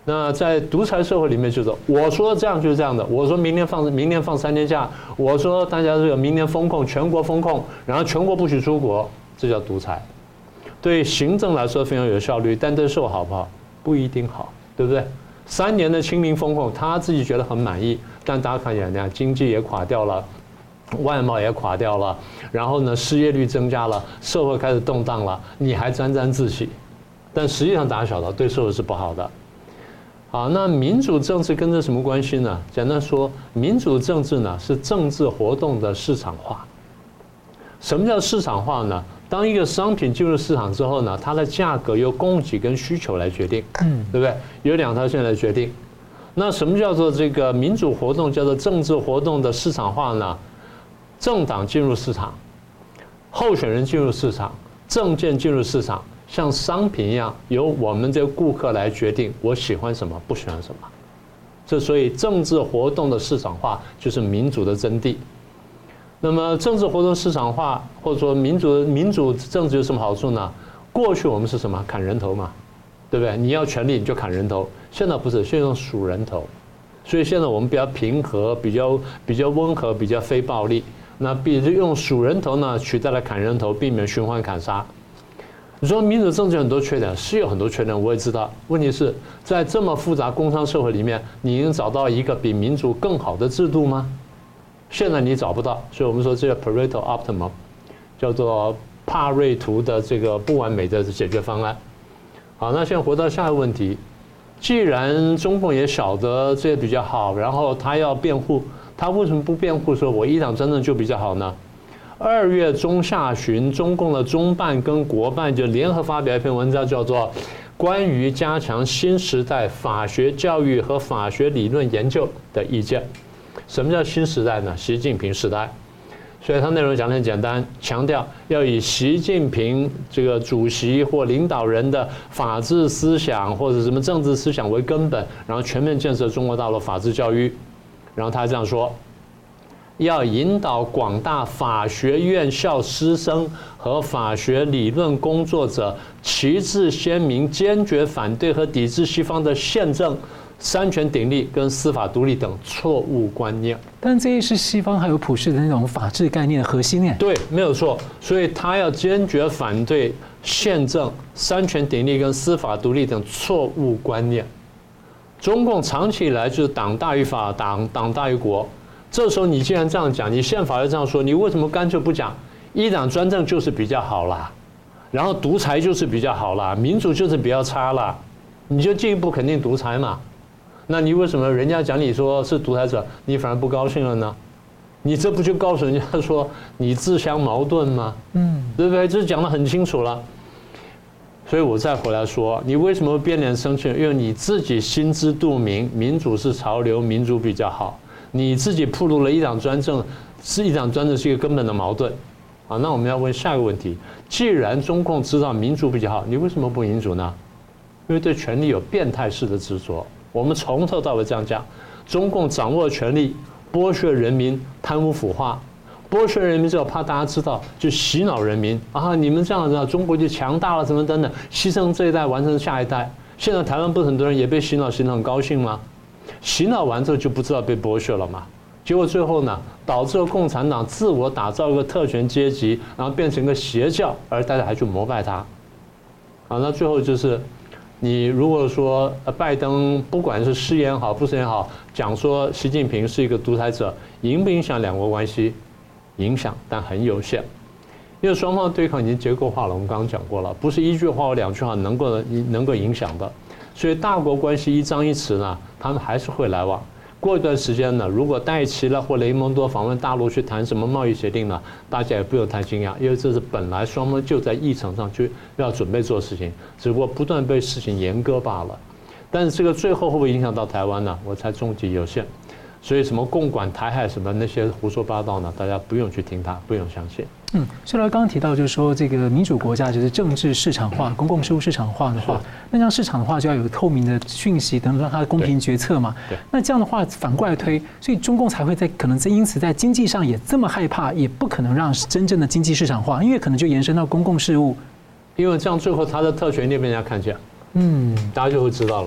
那在独裁社会里面就是我说这样就是这样的，我说明年放3天假，我说大家这个明年封控，全国封控，然后全国不许出国，这叫独裁。对行政来说非常有效率，但对社会好不好？不一定好，对不对？3年的清零封控，他自己觉得很满意，但大家看起来，经济也垮掉了，外贸也垮掉了，然后呢，失业率增加了，社会开始动荡了，你还沾沾自喜，但实际上大家晓得，对社会是不好的。好，那民主政治跟这什么关系呢？简单说，民主政治呢是政治活动的市场化。什么叫市场化呢？当一个商品进入市场之后呢，它的价格由供给跟需求来决定，对不对？有2条线来决定。那什么叫做这个民主活动？叫做政治活动的市场化呢？政党进入市场，候选人进入市场，政见进入市场，像商品一样，由我们这个顾客来决定我喜欢什么，不喜欢什么。这所以政治活动的市场化就是民主的真谛。那么政治活动市场化，或者说民主政治有什么好处呢？过去我们是什么？砍人头嘛，对不对？你要权力你就砍人头，现在不是，现在用数人头。所以现在我们比较平和，比较温和，比较非暴力。那比用数人头呢取代了砍人头，避免循环砍杀。你说民主政治有很多缺点，是有很多缺点，我也知道。问题是在这么复杂工商社会里面，你能找到一个比民主更好的制度吗？现在你找不到，所以我们说这个 Pareto Optimum 叫做帕瑞图的这个不完美的解决方案。好，那现在回到下一个问题，既然中共也晓得这些比较好，然后他要辩护，他为什么不辩护说我一党专政就比较好呢？2月中下旬，中共的中办跟国办就联合发表一篇文章，叫做《关于加强新时代法学教育和法学理论研究的意见》。什么叫新时代呢？习近平时代。所以它内容讲得很简单，强调要以习近平这个主席或领导人的法治思想或者什么政治思想为根本，然后全面建设中国大陆法治教育。然后他这样说，要引导广大法学院校师生和法学理论工作者旗帜鲜明，坚决反对和抵制西方的宪政、三权鼎立跟司法独立等错误观念。 但这也是西方还有普世的那种法治概念的核心哎。 对，没有错。所以他要坚决反对宪政、三权鼎立跟司法独立等错误观念。中共长期以来就是党大于法，党大于国。这时候你既然这样讲，你宪法要这样说，你为什么干脆不讲一党专政就是比较好啦，然后独裁就是比较好啦，民主就是比较差啦，你就进一步肯定独裁嘛？那你为什么人家讲你说是独裁者，你反而不高兴了呢？你这不就告诉人家说你自相矛盾吗？对不对？这讲得很清楚了。所以我再回来说，你为什么变脸生气？因为你自己心知肚明，民主是潮流，民主比较好。你自己暴露了一党专政是一党专政是一个根本的矛盾。好，那我们要问下一个问题：既然中共知道民主比较好，你为什么不民主呢？因为对权力有变态式的执着。我们从头到尾这样讲，中共掌握权力，剥削人民，贪污腐化。剥削人民之后，怕大家知道，就洗脑人民啊！你们这样子，中国就强大了，什么等等，牺牲这一代，完成下一代。现在台湾不是很多人也被洗脑，洗得很高兴吗？洗脑完之后就不知道被剥削了嘛？结果最后呢，导致了共产党自我打造一个特权阶级，然后变成一个邪教，而大家还去膜拜他。啊，那最后就是，你如果说拜登不管是失言好，不失言好，讲说习近平是一个独裁者，影不影响两国关系？影响，但很有限，因为双方的对抗已经结构化了。我们刚刚讲过了，不是一句话或2句话能够影响的。所以大国关系一张一弛呢，他们还是会来往。过一段时间呢，如果戴奇了或雷蒙多访问大陆去谈什么贸易协定呢，大家也不用太惊讶，因为这是本来双方就在议程上就要准备做事情，只不过不断被事情严搁罢了。但是这个最后会不会影响到台湾呢？我猜终极有限。所以什么共管台海什么那些胡说八道呢？大家不用去听它，不用相信。 所以刚刚提到就是说，这个民主国家就是政治市场化、公共事务市场化的话，那这样市场的话就要有透明的讯息等等，让它公平决策嘛。那这样的话反过来推，所以中共才会可能因此在经济上也这么害怕，也不可能让真正的经济市场化，因为可能就延伸到公共事务。 因为这样最后他的特权一定被人家看见，大家就会知道了。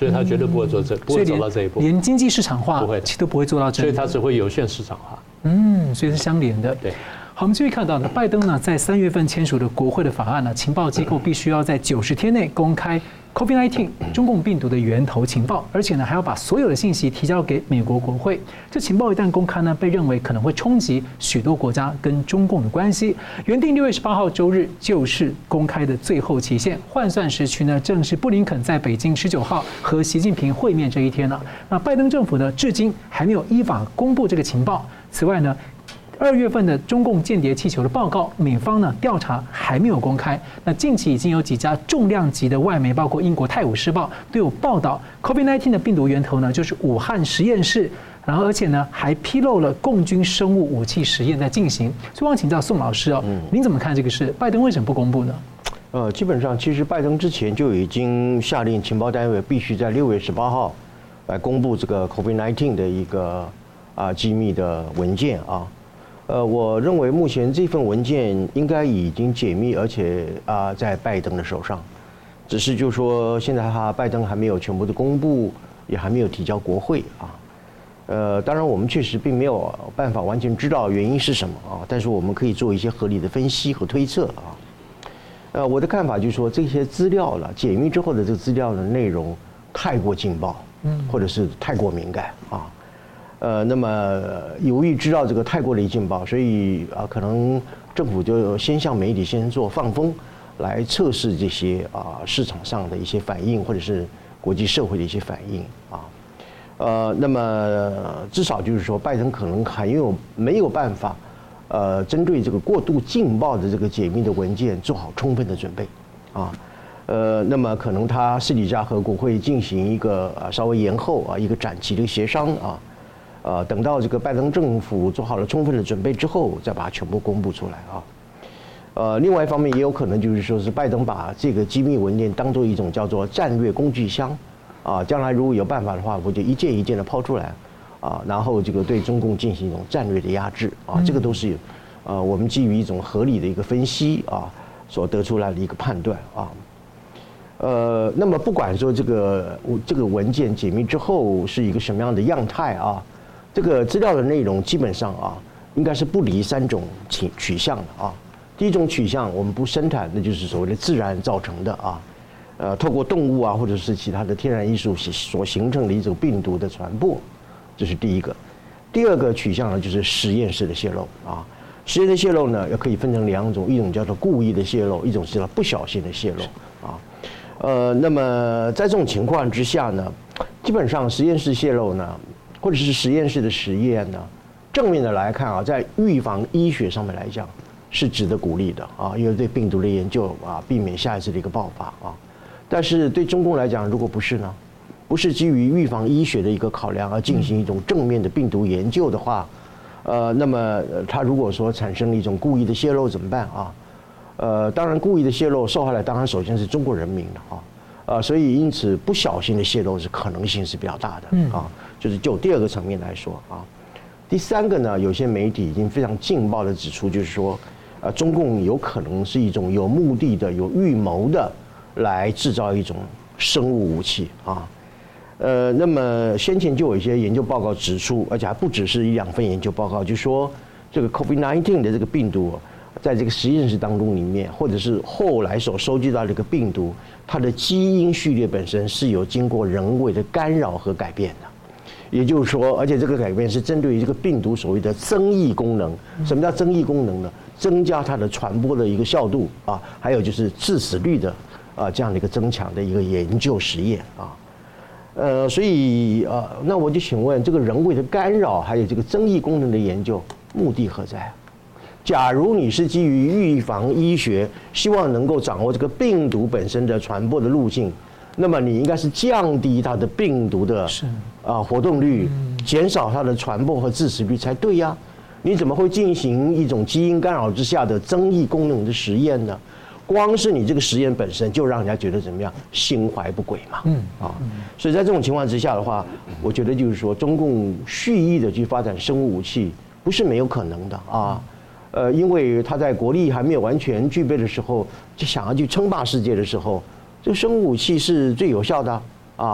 所以他绝对不会走到这一步， 连经济市场化不会其实都不会做到这一步， 所以他只会有限市场化。 所以是相连的。 对。 好，我们继续看到呢，拜登呢在3月份签署的国会的法案呢，情报机构必须要在90天内公开 COVID-19 中共病毒的源头情报，而且呢还要把所有的信息提交给美国国会。这情报一旦公开呢，被认为可能会冲击许多国家跟中共的关系。原定6月18号周日就是公开的最后期限，换算时区呢，正是布林肯在北京19号和习近平会面这一天了。那拜登政府呢，至今还没有依法公布这个情报。此外呢，2月份的中共间谍气球的报告，美方呢调查还没有公开。那近期已经有几家重量级的外媒，包括英国《泰晤士报》都有报道 ，COVID-19 的病毒源头呢就是武汉实验室，然后而且呢还披露了共军生物武器实验在进行。所以我想请教宋老师哦，您怎么看这个事？拜登为什么不公布呢？ 基本上其实拜登之前就已经下令情报单位必须在6月18号来公布这个 COVID-19 的一个机密的文件啊。我认为目前这份文件应该已经解密，而且在拜登的手上，只是就说现在拜登还没有全部的公布，也还没有提交国会啊。当然我们确实并没有办法完全知道原因是什么啊，但是我们可以做一些合理的分析和推测啊。我的看法就是说，这些资料了解密之后的这个资料的内容太过劲爆，或者是太过敏感啊。那么由于知道这个太过于劲爆，所以可能政府就先向媒体先做放风，来测试这些市场上的一些反应，或者是国际社会的一些反应啊。那么至少就是说，拜登可能还没有办法，针对这个过度劲爆的这个解密的文件做好充分的准备啊。那么可能他私底下和国会进行一个稍微延后一个展期的协商啊。等到这个拜登政府做好了充分的准备之后，再把它全部公布出来啊。另外一方面也有可能就是说是拜登把这个机密文件当做一种叫做战略工具箱啊，将来如果有办法的话，我就一件一件的抛出来啊，然后这个对中共进行一种战略的压制啊，这个都是我们基于一种合理的一个分析啊所得出来的一个判断啊。那么不管说这个文件解密之后是一个什么样的样态啊。这个资料的内容基本上应该是不离3种取向的啊。第一种取向我们不深谈，那就是所谓的自然造成的透过动物或者是其他的天然因素所形成的一种病毒的传播，这是第一个。第二个取向呢，就是实验室的泄露啊。实验的泄露呢，也可以分成2种，一种叫做故意的泄露，一种是叫不小心的泄露啊。那么在这种情况之下呢，基本上实验室泄露呢，或者是实验室的实验呢，正面的来看在预防医学上面来讲是值得鼓励的因为对病毒的研究避免下一次的一个爆发但是对中共来讲，如果不是呢，不是基于预防医学的一个考量而进行一种正面的病毒研究的话，那么他如果说产生了一种故意的泄露怎么办当然故意的泄露受害的当然首先是中国人民的所以因此不小心的泄露是可能性是比较大的就是就第2个层面来说第3个呢，有些媒体已经非常劲爆的指出，就是说中共有可能是一种有目的的、有预谋的来制造一种生物武器那么先前就有一些研究报告指出，而且还不只是1-2份研究报告，就说这个 COVID-19 的这个病毒在这个实验室当中里面，或者是后来所收集到这个病毒，它的基因序列本身是有经过人为的干扰和改变的。也就是说，而且这个改变是针对于这个病毒所谓的增益功能。什么叫增益功能呢？增加它的传播的一个效度还有就是致死率的这样的一个增强的一个研究实验所以那我就请问，这个人为的干扰还有这个增益功能的研究目的何在？假如你是基于预防医学，希望能够掌握这个病毒本身的传播的路径，那么你应该是降低它的病毒的活动率，减少它的传播和致死率才对呀。你怎么会进行一种基因干扰之下的增益功能的实验呢？光是你这个实验本身就让人家觉得怎么样，心怀不轨嘛。所以在这种情况之下的话，我觉得就是说，中共蓄意的去发展生物武器不是没有可能的因为他在国力还没有完全具备的时候，就想要去称霸世界的时候，这个生物武器是最有效的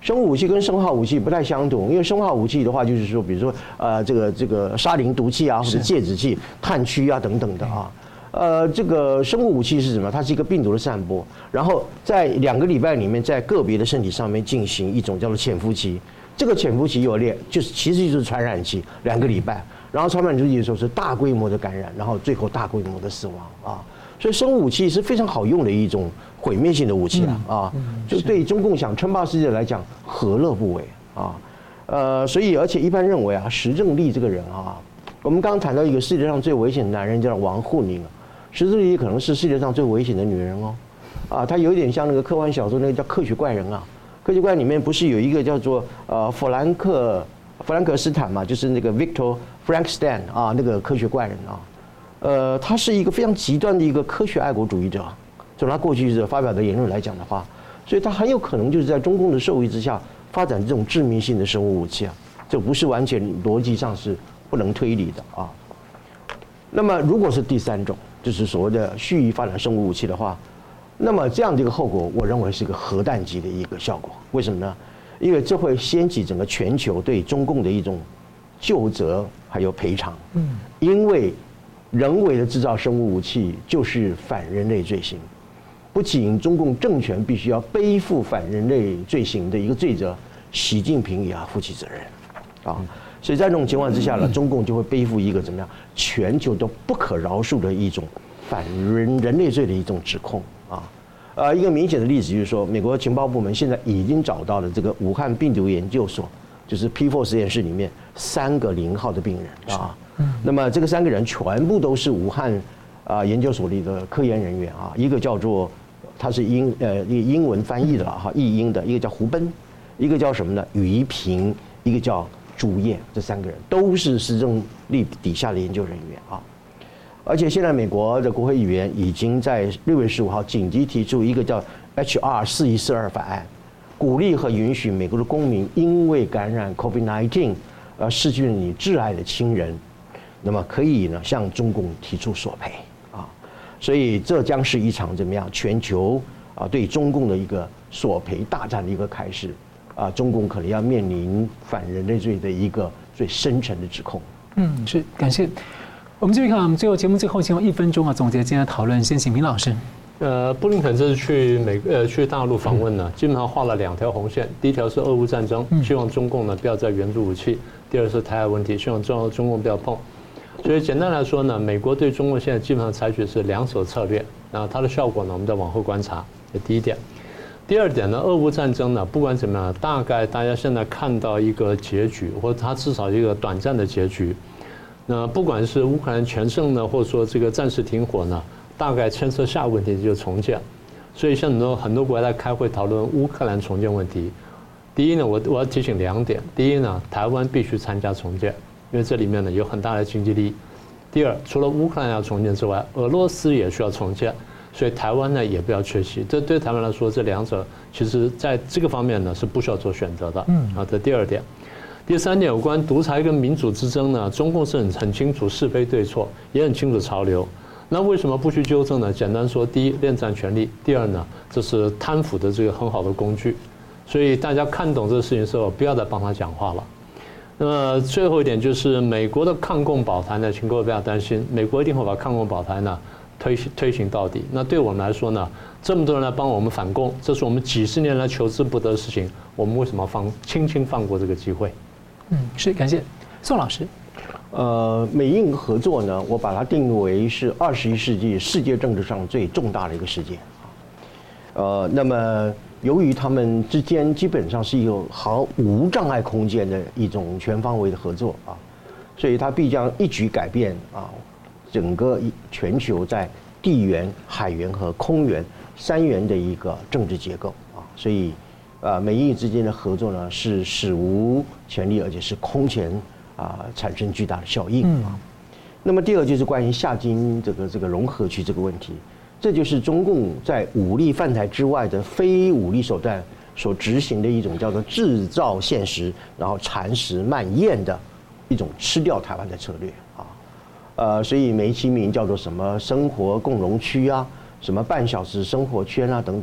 生物武器跟生化武器不太相同，因为生化武器的话，就是说，比如说这个沙林毒气啊，或者芥子气、炭疽啊等等的啊。这个生物武器是什么？它是一个病毒的散播，然后在2个礼拜里面，在个别的身体上面进行一种叫做潜伏期。这个潜伏期其实就是传染期，2个礼拜，然后传染出去的时候是大规模的感染，然后最后大规模的死亡啊。所以生物武器是非常好用的一种毁灭性的武器啊，就对中共想称霸世界来讲，何乐不为啊？所以而且一般认为啊，石正丽这个人啊，我们刚刚谈到一个世界上最危险的男人叫王沪宁啊。石正丽可能是世界上最危险的女人哦，她有一点像那个科幻小说那个叫《科学怪人》啊，《科学怪人》里面不是有一个叫做弗兰克斯坦嘛，就是那个 Victor Frankenstein 啊，那个科学怪人啊，他是一个非常极端的一个科学爱国主义者，从他过去发表的言论来讲的话，所以他很有可能就是在中共的授意之下发展这种致命性的生物武器啊，这不是完全逻辑上是不能推理的啊。那么如果是第3种，就是所谓的蓄意发展生物武器的话，那么这样的一个后果，我认为是一个核弹级的一个效果。为什么呢？因为这会掀起整个全球对中共的一种究责还有赔偿。因为人为的制造生物武器就是反人类罪行，不仅中共政权必须要背负反人类罪行的一个罪责，习近平也要负起责任啊。所以在这种情况之下呢，中共就会背负一个怎么样，全球都不可饶恕的一种反人类罪的一种指控啊。一个明显的例子就是说，美国情报部门现在已经找到了这个武汉病毒研究所，就是 P4 实验室里面3个0号的病人啊。那么这个3个人全部都是武汉研究所里的科研人员啊。一个叫做他是英文翻译的哈，译英的，一个叫胡奔，一个叫什么呢？于一平，一个叫朱燕，这3个人都是石正丽底下的研究人员啊。而且现在美国的国会议员已经在6月15号紧急提出一个叫 HR 4142法案，鼓励和允许美国的公民因为感染 COVID-19 而失去了你挚爱的亲人，那么可以呢向中共提出索赔啊。所以这将是一场怎么样全球对中共的一个索赔大战的一个开始。中共可能要面临反人类罪的一个最深沉的指控。 是感谢。我们继续看，我们节目最后仅有1分钟总结今天的讨论。先请明老师。 布林肯这次去大陆访问呢，基本上画了2条红线。第一条是俄乌战争，希望中共呢不要再援助武器；第二是台海问题，希望中共不要碰。所以简单来说呢，美国对中共现在基本上采取的是2手策略。那它的效果呢，我们再往后观察。这第一点。第二点呢，俄乌战争呢，不管怎么样，大概大家现在看到一个结局，或者它至少一个短暂的结局。那不管是乌克兰全胜呢，或者说这个暂时停火呢，大概牵涉下个问题就是重建。所以现在很多国家在开会讨论乌克兰重建问题。第一呢，我要提醒2点：第一呢，台湾必须参加重建，因为这里面呢有很大的经济利益；第二，除了乌克兰要重建之外，俄罗斯也需要重建。所以台湾呢也不要缺席，这对台湾来说，这2者其实在这个方面呢是不需要做选择的。这第2点。第3点有关独裁跟民主之争呢，中共是很清楚是非对错，也很清楚潮流。那为什么不去纠正呢？简单说，第一，恋战权力；第二呢，这是贪腐的这个很好的工具。所以大家看懂这个事情的时候，不要再帮他讲话了。那么最后一点就是美国的抗共保台呢，请各位不要担心，美国一定会把抗共保台呢推行到底。那对我们来说呢，这么多人来帮我们反共，这是我们几十年来求之不得的事情，我们为什么轻轻放过这个机会？ 是感谢宋老师。 美印合作呢，我把它定义为是21世纪世界政治上最重大的一个事件。那么由于他们之间基本上是一个毫无障碍空间的一种全方位的合作所以它必将一举改变整个全球在地缘、海缘和空缘3元的一个政治结构所以美印之间的合作呢是史无前例，而且是空前产生巨大的效应那么第二就是关于夏金这个融合区这个问题，这就是中共在武力犯台之外的非武力手段所执行的一种叫做制造现实，然后蚕食蔓延的一种吃掉台湾的策略所以美其名叫做什么生活共荣区什么半小时生活圈等等，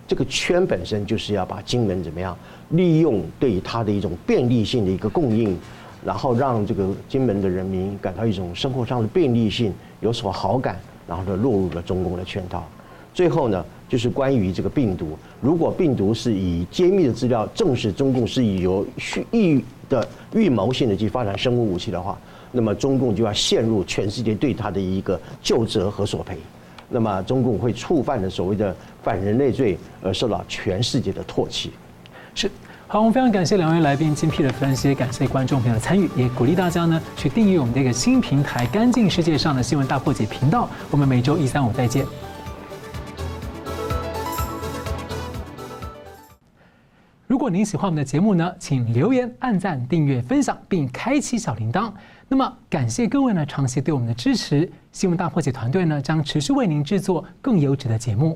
这个圈本身就是要把金门怎么样利用对它的一种便利性的一个供应，然后让这个金门的人民感到一种生活上的便利性有所好感，然后呢落入了中共的圈套。最后呢，就是关于这个病毒，如果病毒是以揭秘的资料证实中共是有预谋性的去发展生物武器的话，那么中共就要陷入全世界对它的一个究责和索赔。那么中共会触犯了所谓的反人类罪，而受到全世界的唾弃。 是。好，我们非常感谢两位来宾精辟的分析，感谢观众朋友的参与，也鼓励大家呢去订阅我们这个新平台“干净世界上的新闻大破解”频道。我们每周1、3、5再见。如果您喜欢我们的节目呢，请留言、按赞、订阅、分享，并开启小铃铛。那么，感谢各位呢长期对我们的支持。新闻大破解团队呢将持续为您制作更优质的节目。